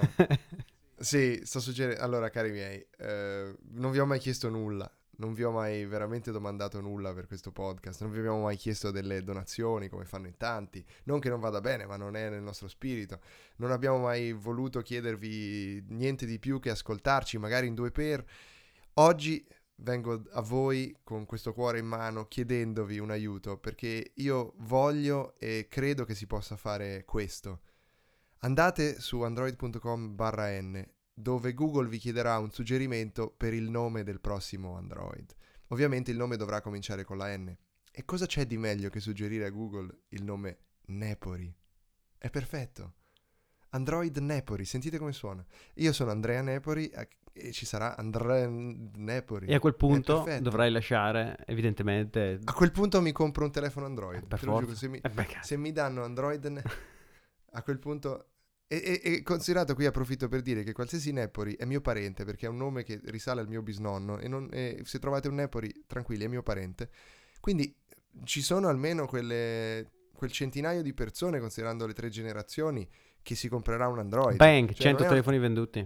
Sì, sto suggerendo. Allora, cari miei, eh, non vi ho mai chiesto nulla. Non vi ho mai veramente domandato nulla per questo podcast. Non vi abbiamo mai chiesto delle donazioni come fanno in tanti. Non che non vada bene, ma non è nel nostro spirito. Non abbiamo mai voluto chiedervi niente di più che ascoltarci, magari in due per. Oggi vengo a voi con questo cuore in mano chiedendovi un aiuto, perché io voglio e credo che si possa fare questo. Andate su android punto com barra n, dove Google vi chiederà un suggerimento per il nome del prossimo Android. Ovviamente il nome dovrà cominciare con la N. E cosa c'è di meglio che suggerire a Google il nome Nepori? È perfetto. Android Nepori, sentite come suona. Io sono Andrea Nepori e ci sarà Andrea Nepori. E a quel punto dovrai lasciare, evidentemente... A quel punto mi compro un telefono Android. Eh, per Te lo forza. giuro, se mi, Eh, beh, se mi danno Android... Ne- a quel punto... E, e, e considerato, qui approfitto per dire che qualsiasi Nepori è mio parente, perché è un nome che risale al mio bisnonno, e, non, e se trovate un Nepori, tranquilli, è mio parente. Quindi ci sono almeno quelle, quel centinaio di persone, considerando le tre generazioni, che si comprerà un Android. Bang, Cioè, cento non è un- telefoni venduti.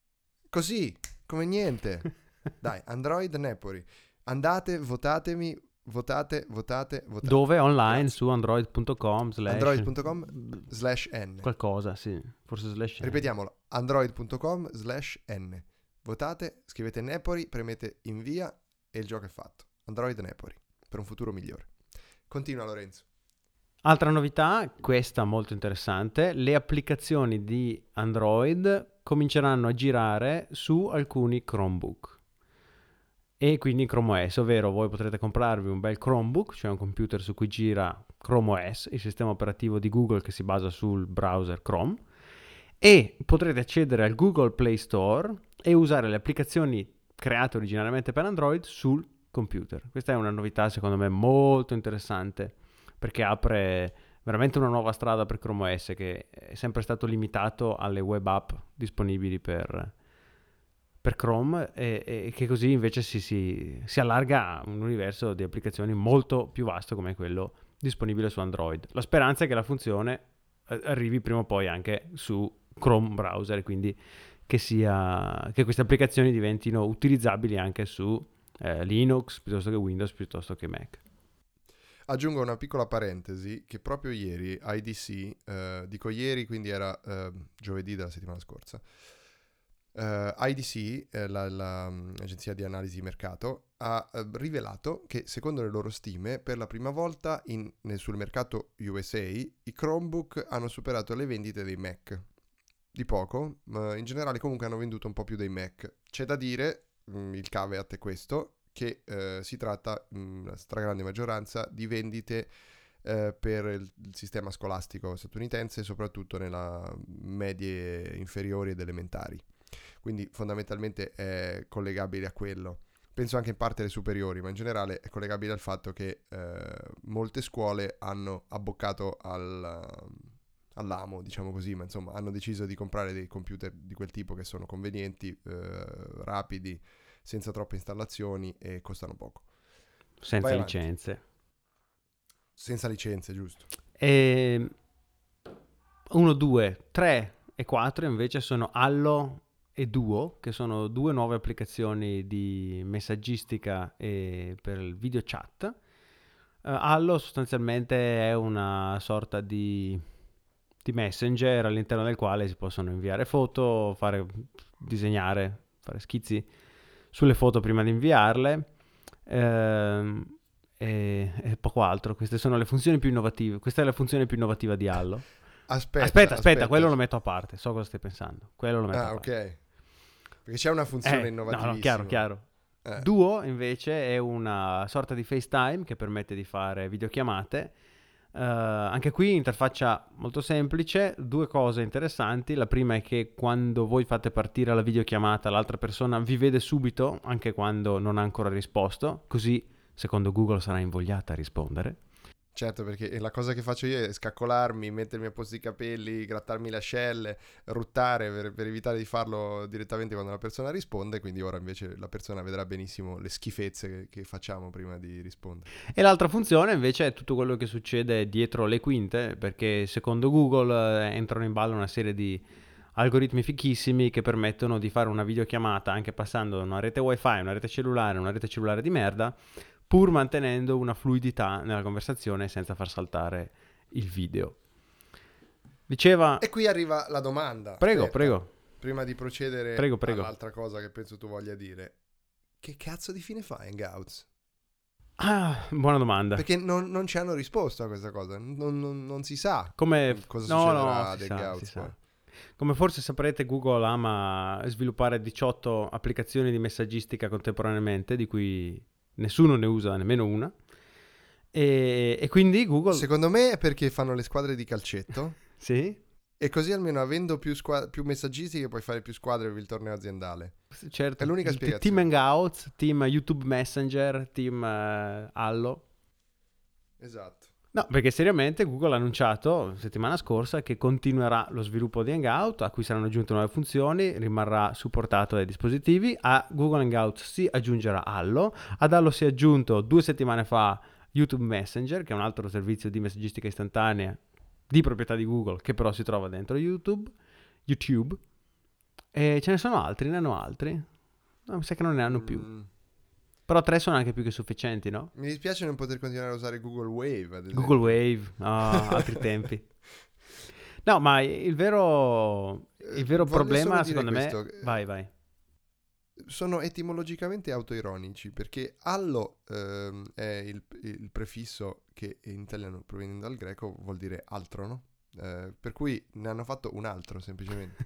Così, come niente. Dai, Android Nepori. Andate, votatemi, votate, votate, votate. Dove? Online Grazie. su android punto com slash... android punto com slash n. Qualcosa, sì. Forse slash... Ripetiamolo, android punto com slash n. Votate, scrivete Nepori, premete invia e il gioco è fatto. Android Nepori, per un futuro migliore. Continua Lorenzo. Altra novità, questa molto interessante, le applicazioni di Android cominceranno a girare su alcuni Chromebook e quindi Chrome O S, ovvero voi potrete comprarvi un bel Chromebook, cioè un computer su cui gira Chrome O S, il sistema operativo di Google che si basa sul browser Chrome, e potrete accedere al Google Play Store e usare le applicazioni create originariamente per Android sul computer. Questa è una novità secondo me molto interessante, perché apre veramente una nuova strada per Chrome O S, che è sempre stato limitato alle web app disponibili per, per Chrome, e, e che così invece si, si, si allarga a un universo di applicazioni molto più vasto come quello disponibile su Android. La speranza è che la funzione arrivi prima o poi anche su Chrome browser, e quindi che, sia, che queste applicazioni diventino utilizzabili anche su eh, Linux piuttosto che Windows piuttosto che Mac. Aggiungo una piccola parentesi che proprio ieri I D C, eh, dico ieri quindi era eh, giovedì della settimana scorsa, eh, I D C, eh, la, la, l'agenzia di analisi mercato, ha eh, rivelato che secondo le loro stime per la prima volta in, nel, sul mercato U S A i Chromebook hanno superato le vendite dei Mac. Di poco, ma in generale comunque hanno venduto un po' più dei Mac. C'è da dire, mh, il caveat è questo, che eh, si tratta, mh, la stragrande maggioranza, di vendite eh, per il, il sistema scolastico statunitense, soprattutto nella medie inferiori ed elementari. Quindi fondamentalmente è collegabile a quello. Penso anche in parte alle superiori, ma in generale è collegabile al fatto che eh, molte scuole hanno abboccato al... all'amo, diciamo così, ma insomma hanno deciso di comprare dei computer di quel tipo che sono convenienti, eh, rapidi, senza troppe installazioni e costano poco. Senza Vai avanti. licenze. Senza licenze, giusto. E uno, due, tre e quattro invece sono Allo e Duo, che sono due nuove applicazioni di messaggistica e per il video chat. Uh, Allo sostanzialmente è una sorta di, di messenger all'interno del quale si possono inviare foto, fare disegnare, fare schizzi sulle foto prima di inviarle, ehm, e, e poco altro. Queste sono le funzioni più innovative. Questa è la funzione più innovativa di Allo. Aspetta, aspetta, aspetta, quello lo metto a parte. So cosa stai pensando. Quello lo metto ah, a parte. ok. Perché c'è una funzione Eh, innovativissima. no, no, chiaro, chiaro. Eh. Duo invece è una sorta di FaceTime che permette di fare videochiamate. Uh, anche qui interfaccia molto semplice, due cose interessanti. La prima è che quando voi fate partire la videochiamata l'altra persona vi vede subito anche quando non ha ancora risposto, così secondo Google sarà invogliata a rispondere. Certo, perché la cosa che faccio io è scaccolarmi, mettermi a posto i capelli, grattarmi le ascelle, ruttare per, per evitare di farlo direttamente quando la persona risponde, quindi ora invece la persona vedrà benissimo le schifezze che, che facciamo prima di rispondere. E l'altra funzione invece è tutto quello che succede dietro le quinte, perché secondo Google eh, entrano in ballo una serie di algoritmi fichissimi che permettono di fare una videochiamata anche passando da una rete wifi, una rete cellulare, una rete cellulare di merda, pur mantenendo una fluidità nella conversazione senza far saltare il video. Diceva... E qui arriva la domanda. Prego, Aspetta, prego. Prima di procedere prego, prego. all'altra cosa che penso tu voglia dire. Che cazzo di fine fa Hangouts? Ah, buona domanda. Perché non, non ci hanno risposto a questa cosa. Non, non, non si sa come cosa no, succederà no, ad si sa, Hangouts. si sa. Come forse saprete, Google ama sviluppare diciotto applicazioni di messaggistica contemporaneamente, di cui nessuno ne usa nemmeno una. E, e quindi Google... Secondo me è perché fanno le squadre di calcetto. Sì? E così almeno avendo più, squa- più messaggistiche puoi fare più squadre per il torneo aziendale. Certo. È l'unica Il spiegazione. Team Hangouts, Team YouTube Messenger, Team uh, Allo. Esatto. No, perché seriamente Google ha annunciato settimana scorsa che continuerà lo sviluppo di Hangout, a cui saranno aggiunte nuove funzioni, rimarrà supportato dai dispositivi. A Google Hangout si aggiungerà Allo. Ad Allo si è aggiunto due settimane fa YouTube Messenger, che è un altro servizio di messaggistica istantanea di proprietà di Google, che però si trova dentro YouTube. YouTube. E ce ne sono altri, ne hanno altri? No, mi sa che non ne hanno più. Mm. Però tre sono anche più che sufficienti, no? Mi dispiace non poter continuare a usare Google Wave, ad esempio. Google Wave, oh, altri tempi. No, ma il vero, il vero Voglio problema, solo dire secondo questo. me... Vai, vai. Sono etimologicamente autoironici, perché allo ehm, è il, il prefisso che in italiano, provenendo dal greco, vuol dire altro, no? Eh, per cui ne hanno fatto un altro, semplicemente.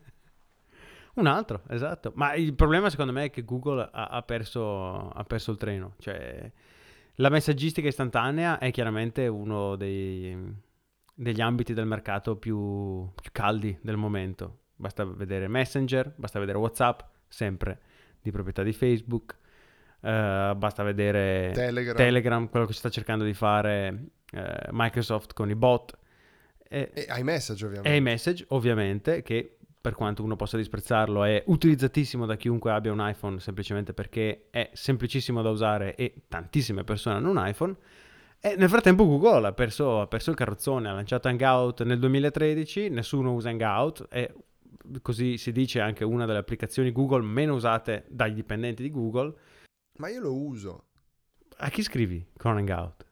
Un altro, esatto. Ma il problema secondo me è che Google ha, ha, perso, ha perso il treno. Cioè, la messaggistica istantanea è chiaramente uno dei, degli ambiti del mercato più, più caldi del momento. Basta vedere Messenger, basta vedere WhatsApp, sempre di proprietà di Facebook. Uh, basta vedere Telegram. Telegram, quello che si sta cercando di fare uh, Microsoft con i bot. E, e iMessage, ovviamente. E iMessage, ovviamente, che... per quanto uno possa disprezzarlo, è utilizzatissimo da chiunque abbia un iPhone, semplicemente perché è semplicissimo da usare e tantissime persone hanno un iPhone. E nel frattempo Google ha perso, ha perso il carrozzone, ha lanciato Hangout nel duemilatredici, nessuno usa Hangout, è, così si dice, anche una delle applicazioni Google meno usate dai dipendenti di Google. Ma io lo uso. A chi scrivi con Hangout?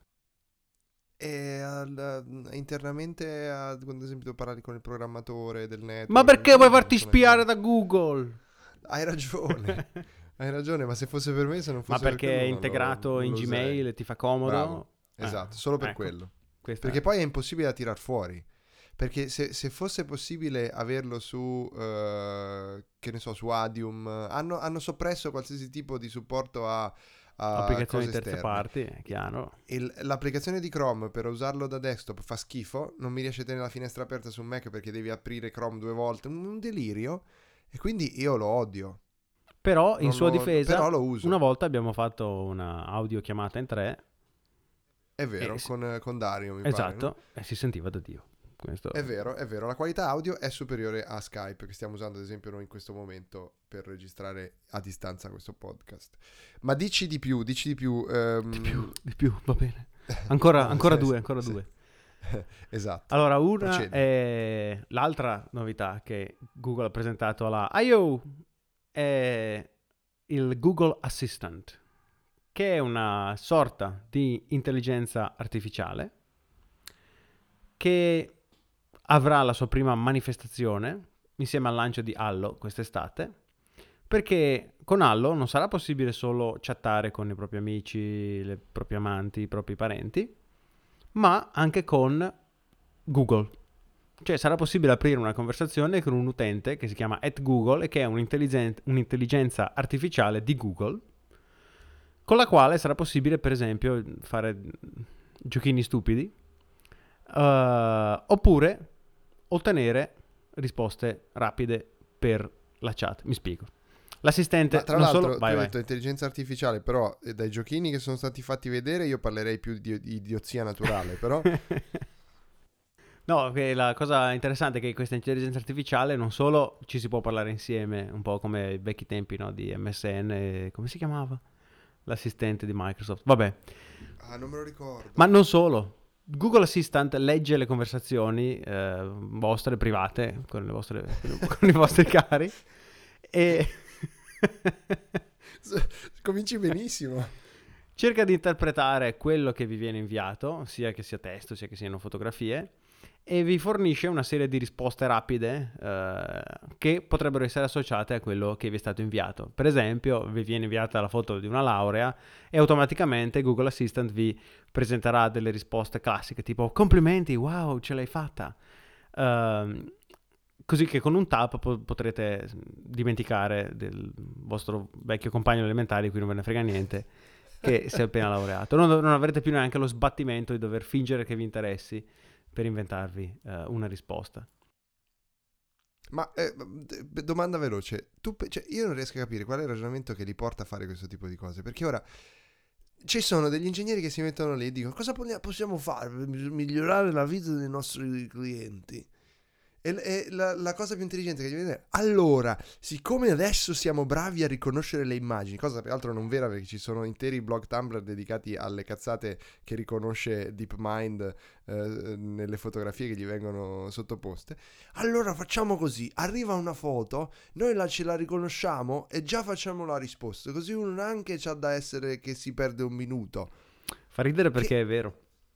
E al, internamente, a, quando ad esempio parlare con il programmatore del network. Ma perché vuoi farti spiare da Google? Hai ragione, hai ragione, ma se fosse per me, se non fosse ma perché per quello, è integrato non lo, non in lo Gmail userei. e ti fa comodo? Bravo, esatto, Ah, solo per ecco, quello. Questa... Perché poi è impossibile da tirar fuori. Perché se, se fosse possibile averlo su, uh, che ne so, su Adium, hanno, hanno soppresso qualsiasi tipo di supporto a, a applicazioni cose terze esterne. parti, è chiaro. Il, l'applicazione di Chrome per usarlo da desktop fa schifo, non mi riesce a tenere la finestra aperta su Mac perché devi aprire Chrome due volte, un, un delirio, e quindi io lo odio. Però in Non sua lo- difesa, però lo uso. una volta abbiamo fatto una audiochiamata in tre. È vero, Eh, sì. con, con Dario mi Esatto, pare, no? e si sentiva da Dio. Questo... È vero, è vero, la qualità audio è superiore a Skype che stiamo usando ad esempio noi in questo momento per registrare a distanza questo podcast. Ma dici di più, dici di più. ehm, Di più, di più, va bene. Ancora, No, ancora sì, due, sì, ancora sì. due. Esatto. Allora, una Procedi. è l'altra novità che Google ha presentato alla I O è il Google Assistant, che è una sorta di intelligenza artificiale che avrà la sua prima manifestazione insieme al lancio di Allo quest'estate, perché con Allo non sarà possibile solo chattare con i propri amici, le proprie amanti, i propri parenti, ma anche con Google. Cioè sarà possibile aprire una conversazione con un utente che si chiama at Google e che è un'intelligen- un'intelligenza artificiale di Google, con la quale sarà possibile per esempio fare giochini stupidi, uh, oppure ottenere risposte rapide per la chat. Mi spiego. L'assistente... Ma tra non l'altro, solo... vai, tu hai vai. detto intelligenza artificiale, però eh, dai giochini che sono stati fatti vedere io parlerei più di, di idiozia naturale, però... No, che la cosa interessante è che questa intelligenza artificiale non solo ci si può parlare insieme, un po' come ai vecchi tempi, no, di M S N, come si chiamava? L'assistente di Microsoft. Vabbè. Ah, non me lo ricordo. Ma non solo. Google Assistant legge le conversazioni eh, vostre private con, le vostre, con i vostri cari e Cominci benissimo. cerca di interpretare quello che vi viene inviato, sia che sia testo, sia che siano fotografie, e vi fornisce una serie di risposte rapide eh, che potrebbero essere associate a quello che vi è stato inviato. Per esempio, vi viene inviata la foto di una laurea e automaticamente Google Assistant vi presenterà delle risposte classiche tipo complimenti, wow, ce l'hai fatta. Uh, così che con un tap po- potrete dimenticare del vostro vecchio compagno elementare di cui non ve ne frega niente, che si è appena laureato. Non, non avrete più neanche lo sbattimento di dover fingere che vi interessi per inventarvi uh, una risposta. Ma eh, d- domanda veloce, tu, pe- cioè, io non riesco a capire qual è il ragionamento che li porta a fare questo tipo di cose, perché ora ci sono degli ingegneri che si mettono lì e dicono cosa possiamo fare per migliorare la vita dei nostri clienti. E, e la, la cosa più intelligente che gli viene allora, siccome adesso siamo bravi a riconoscere le immagini, cosa peraltro non vera perché ci sono interi blog Tumblr dedicati alle cazzate che riconosce DeepMind eh, nelle fotografie che gli vengono sottoposte, allora facciamo così, arriva una foto, noi la, ce la riconosciamo e già facciamo la risposta, così uno anche c'ha da essere che si perde un minuto. Fa ridere perché che... è vero.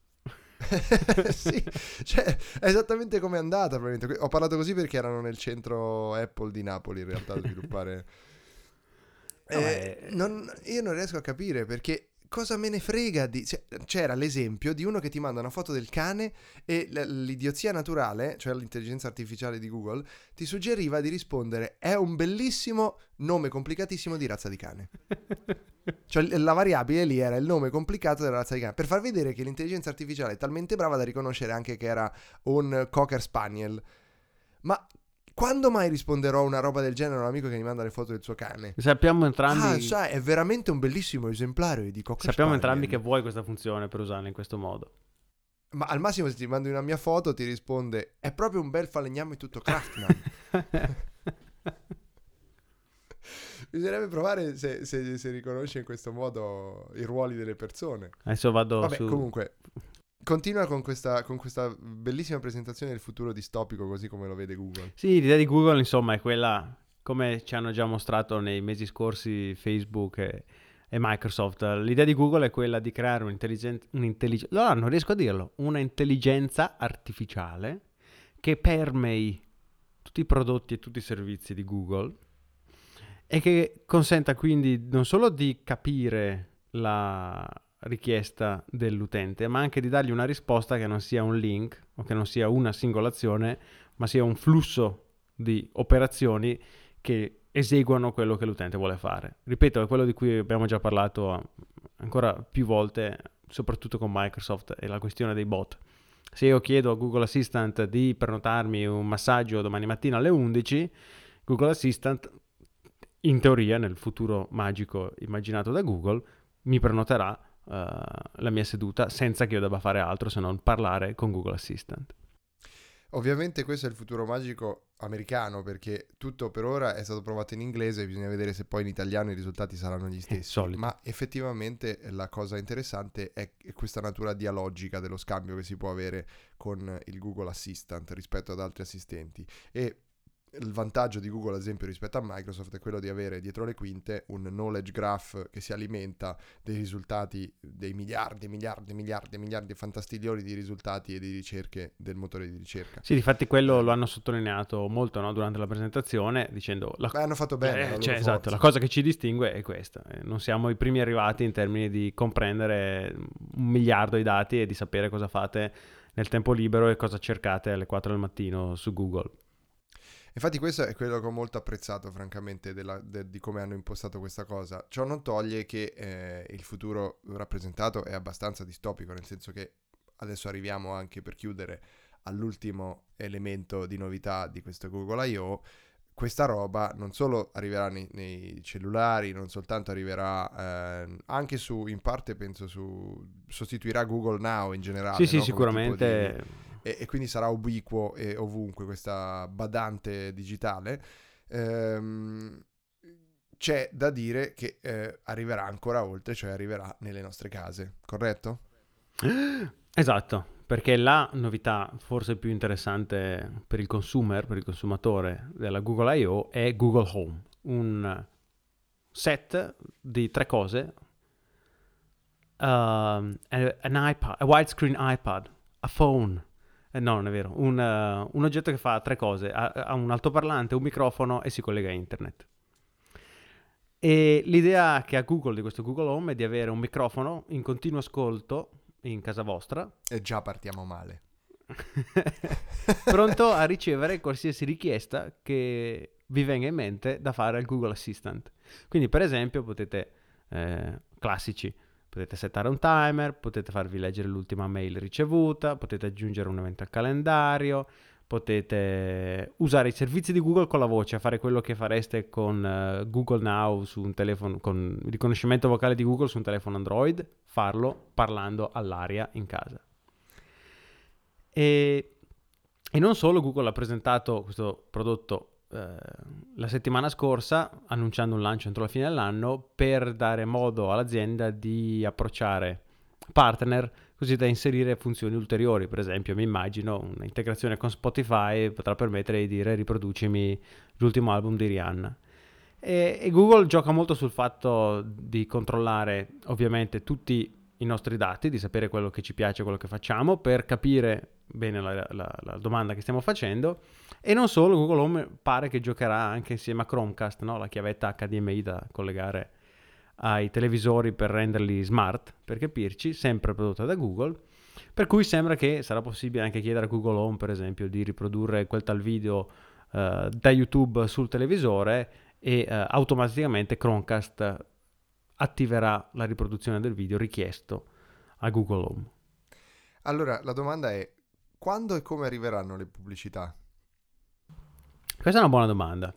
Sì, cioè è esattamente come è andata probabilmente. Ho parlato così perché erano nel centro Apple di Napoli in realtà a sviluppare no, eh, è... non, io non riesco a capire perché cosa me ne frega di... C'era l'esempio di uno che ti manda una foto del cane e l'idiozia naturale, cioè l'intelligenza artificiale di Google, ti suggeriva di rispondere è un bellissimo nome complicatissimo di razza di cane. Cioè la variabile lì era il nome complicato della razza di cane, per far vedere che l'intelligenza artificiale è talmente brava da riconoscere anche che era un Cocker Spaniel. Ma quando mai risponderò a una roba del genere a un amico che mi manda le foto del suo cane? Sappiamo entrambi... Ah, sai, è veramente un bellissimo esemplare di Cocker Sappiamo Spaniel. entrambi che vuoi questa funzione per usarla in questo modo. Ma al massimo se ti mandi una mia foto ti risponde è proprio un bel falegname tutto Craftman. Bisognerebbe provare se, se, se riconosce in questo modo i ruoli delle persone. Adesso vado Vabbè, su... comunque, continua con questa, con questa bellissima presentazione del futuro distopico così come lo vede Google. Sì, l'idea di Google insomma è quella, come ci hanno già mostrato nei mesi scorsi Facebook e, e Microsoft, l'idea di Google è quella di creare un'intelligenza... un'intelligenza no, non riesco a dirlo, una intelligenza artificiale che permei tutti i prodotti e tutti i servizi di Google e che consenta quindi non solo di capire la richiesta dell'utente, ma anche di dargli una risposta che non sia un link o che non sia una singola azione, ma sia un flusso di operazioni che eseguano quello che l'utente vuole fare. Ripeto, è quello di cui abbiamo già parlato ancora più volte, soprattutto con Microsoft, è la questione dei bot. Se io chiedo a Google Assistant di prenotarmi un massaggio domani mattina alle undici, Google Assistant in teoria, nel futuro magico immaginato da Google, mi prenoterà uh, la mia seduta senza che io debba fare altro se non parlare con Google Assistant. Ovviamente questo è il futuro magico americano perché tutto per ora è stato provato in inglese, bisogna vedere se poi in italiano i risultati saranno gli stessi. Eh, Ma effettivamente la cosa interessante è questa natura dialogica dello scambio che si può avere con il Google Assistant rispetto ad altri assistenti. E il vantaggio di Google, ad esempio, rispetto a Microsoft è quello di avere dietro le quinte un knowledge graph che si alimenta dei risultati, dei miliardi, miliardi, miliardi, miliardi fantastiglioni di risultati e di ricerche del motore di ricerca. Sì, difatti quello lo hanno sottolineato molto, no, durante la presentazione, dicendo... La... Beh, hanno fatto bene. Eh, cioè, esatto, la cosa che ci distingue è questa. Eh, non siamo i primi arrivati in termini di comprendere un miliardo di dati e di sapere cosa fate nel tempo libero e cosa cercate alle quattro del mattino su Google. Infatti questo è quello che ho molto apprezzato francamente della, de, di come hanno impostato questa cosa. Ciò non toglie che eh, il futuro rappresentato è abbastanza distopico, nel senso che adesso arriviamo anche, per chiudere, all'ultimo elemento di novità di questo Google I O. Questa roba non solo arriverà nei, nei cellulari, non soltanto arriverà eh, anche su, in parte penso su, sostituirà Google Now in generale. Sì, sì, no? sicuramente. Di, e, e quindi sarà ubiquo e ovunque questa badante digitale. Ehm, c'è da dire che eh, arriverà ancora oltre, cioè arriverà nelle nostre case, corretto? Esatto. Perché la novità forse più interessante per il consumer, per il consumatore della Google I O è Google Home, un set di tre cose, uh, an iPad, a widescreen iPad, a phone, eh, no non è vero, un, uh, un oggetto che fa tre cose, ha, ha un altoparlante, un microfono e si collega a internet. E l'idea che ha Google di questo Google Home è di avere un microfono in continuo ascolto in casa vostra e già partiamo male pronto a ricevere qualsiasi richiesta che vi venga in mente da fare al Google Assistant. Quindi per esempio potete eh, classici potete settare un timer, potete farvi leggere l'ultima mail ricevuta, potete aggiungere un evento al calendario, potete usare i servizi di Google con la voce, fare quello che fareste con uh, Google Now su un telefono, con il riconoscimento vocale di Google su un telefono Android, farlo parlando all'aria in casa. E, e non solo, Google ha presentato questo prodotto eh, la settimana scorsa, annunciando un lancio entro la fine dell'anno, per dare modo all'azienda di approcciare partner così da inserire funzioni ulteriori. Per esempio, mi immagino un'integrazione con Spotify potrà permettere di dire riproducimi l'ultimo album di Rihanna. E, e Google gioca molto sul fatto di controllare ovviamente tutti i nostri dati, di sapere quello che ci piace, quello che facciamo, per capire bene la, la, la domanda che stiamo facendo. E non solo, Google Home pare che giocherà anche insieme a Chromecast, no? La chiavetta H D M I da collegare ai televisori per renderli smart, per capirci, sempre prodotta da Google, per cui sembra che sarà possibile anche chiedere a Google Home, per esempio, di riprodurre quel tal video uh, da YouTube sul televisore e uh, automaticamente Chromecast attiverà la riproduzione del video richiesto a Google Home. Allora, la domanda è: quando e come arriveranno le pubblicità? Questa è una buona domanda.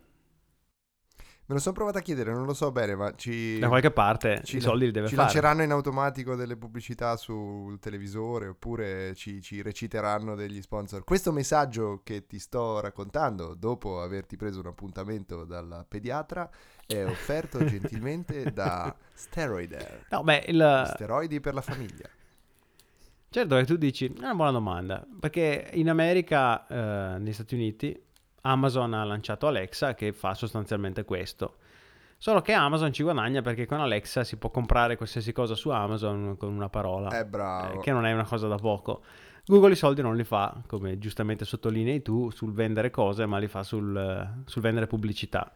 Me lo sono provato a chiedere, non lo so bene, ma ci... Da qualche parte ci, i soldi li deve ci fare. Ci lanceranno in automatico delle pubblicità sul televisore oppure ci, ci reciteranno degli sponsor. Questo messaggio che ti sto raccontando, dopo averti preso un appuntamento dalla pediatra, è offerto gentilmente da Steroider. No, beh, il... Steroidi per la famiglia. Certo che tu dici, è una buona domanda, perché in America, eh, negli Stati Uniti, Amazon ha lanciato Alexa che fa sostanzialmente questo. Solo che Amazon ci guadagna perché con Alexa si può comprare qualsiasi cosa su Amazon con una parola. Eh, bravo. Eh, che non è una cosa da poco. Google i soldi non li fa, come giustamente sottolinei tu, sul vendere cose, ma li fa sul, sul vendere pubblicità.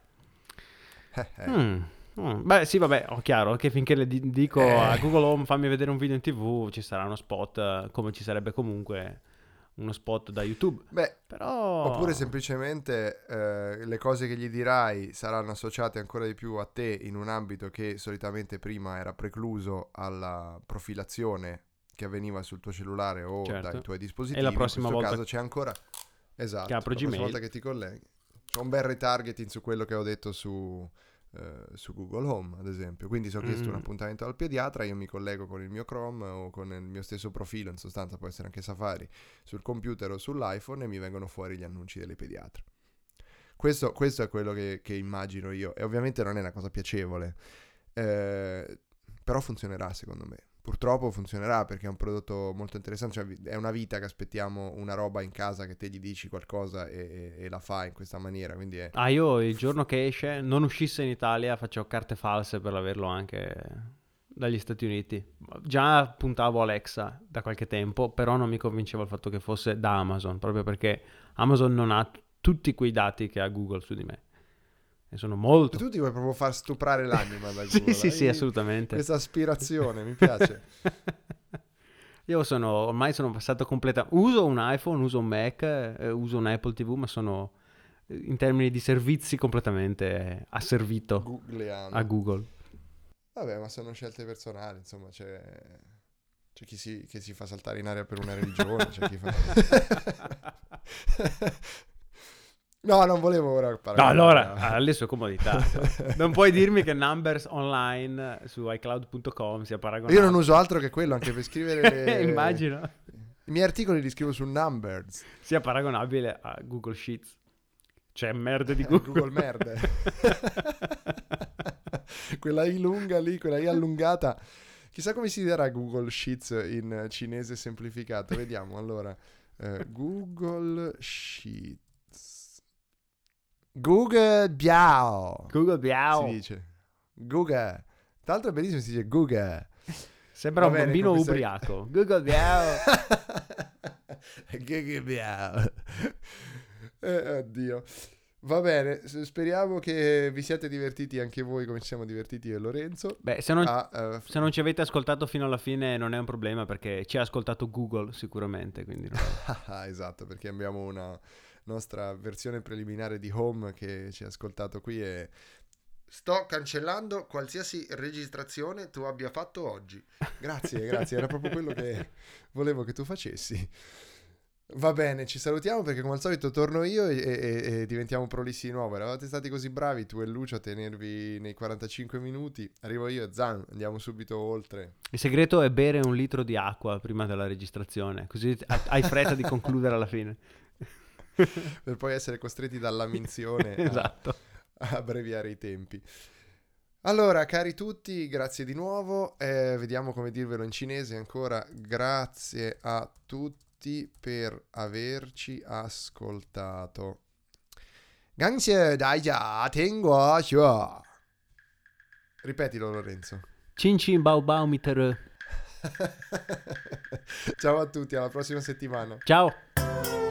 Eh, eh. Mm. Mm. Beh sì, vabbè, ho chiaro che finché le di- dico Eh. a Google Home fammi vedere un video in tv, ci sarà uno spot, eh, come ci sarebbe comunque uno spot da YouTube. Beh, però... oppure semplicemente eh, le cose che gli dirai saranno associate ancora di più a te in un ambito che solitamente prima era precluso alla profilazione che avveniva sul tuo cellulare o Certo. dai tuoi dispositivi. E la prossima in questo volta caso c'è ancora... Esatto, che apro la prossima Gmail. volta che ti colleghi. C'è un bel retargeting su quello che ho detto su... Uh, su Google Home ad esempio, quindi se ho chiesto Mm. un appuntamento al pediatra io mi collego con il mio Chrome o con il mio stesso profilo, in sostanza può essere anche Safari, sul computer o sull'iPhone, e mi vengono fuori gli annunci delle pediatre. Questo, questo è quello che, che immagino io, e ovviamente non è una cosa piacevole, eh, però funzionerà secondo me. Purtroppo funzionerà perché è un prodotto molto interessante, cioè è una vita che aspettiamo una roba in casa che te gli dici qualcosa e, e, e la fa in questa maniera, quindi è... Ah, io il giorno che esce, non uscisse in Italia, faccio carte false per averlo anche dagli Stati Uniti. Già puntavo Alexa da qualche tempo, però non mi convinceva il fatto che fosse da Amazon, proprio perché Amazon non ha t- tutti quei dati che ha Google su di me. E sono molto... Tu ti vuoi proprio far stuprare l'anima da Sì, Google. sì, sì, Hai assolutamente. Questa aspirazione, mi piace. Io sono, ormai sono passato completamente... Uso un iPhone, uso un Mac, eh, uso un Apple tivù, ma sono eh, in termini di servizi completamente eh, asservito Googleano. a Google. Vabbè, ma sono scelte personali, insomma, c'è, c'è chi, si, che si fa saltare in aria per una religione, c'è chi fa... No, non volevo ora No, parlare. allora, alle sue comodità. Cioè. Non puoi dirmi che Numbers Online su iCloud punto com sia paragonabile. Io non uso altro che quello, anche per scrivere le... Immagino. I miei articoli li scrivo su Numbers. Sia paragonabile a Google Sheets. Cioè, merda di Google. Google merde. Quella I lunga lì, quella I allungata. Chissà come si dirà Google Sheets in cinese semplificato. Vediamo, allora. Eh, Google Sheets. Google Biao. Google Biao. Si dice. Google. Tra l'altro è bellissimo, si dice Google. Sembra Va un bene, bambino con questa- ubriaco. Google Biao. Google Biao. Eh, oddio. Va bene, s- speriamo che vi siate divertiti anche voi come ci siamo divertiti io e Lorenzo. Beh, se non, a, eh, se non ci avete ascoltato fino alla fine non è un problema perché ci ha ascoltato Google sicuramente. Quindi no. Ah, esatto, perché abbiamo una nostra versione preliminare di Home che ci ha ascoltato qui e sto cancellando qualsiasi registrazione tu abbia fatto oggi. Grazie, grazie, era proprio quello che volevo che tu facessi. Va bene, ci salutiamo perché come al solito torno io e, e- e diventiamo prolissi di nuovo. Eravate stati così bravi tu e Lucio a tenervi nei quarantacinque minuti. Arrivo io e Zan, andiamo subito oltre. Il segreto è bere un litro di acqua prima della registrazione, così ha- hai fretta di concludere alla fine. Per poi essere costretti dalla minzione a, Esatto. a abbreviare i tempi. Allora, cari tutti, grazie di nuovo. Eh, vediamo come dirvelo in cinese ancora. Grazie a tutti per averci ascoltato. Grazie daijia, tengo shuo. Ripetilo, Lorenzo. Cin cin bao bao mi terö. Ciao a tutti, alla prossima settimana. Ciao.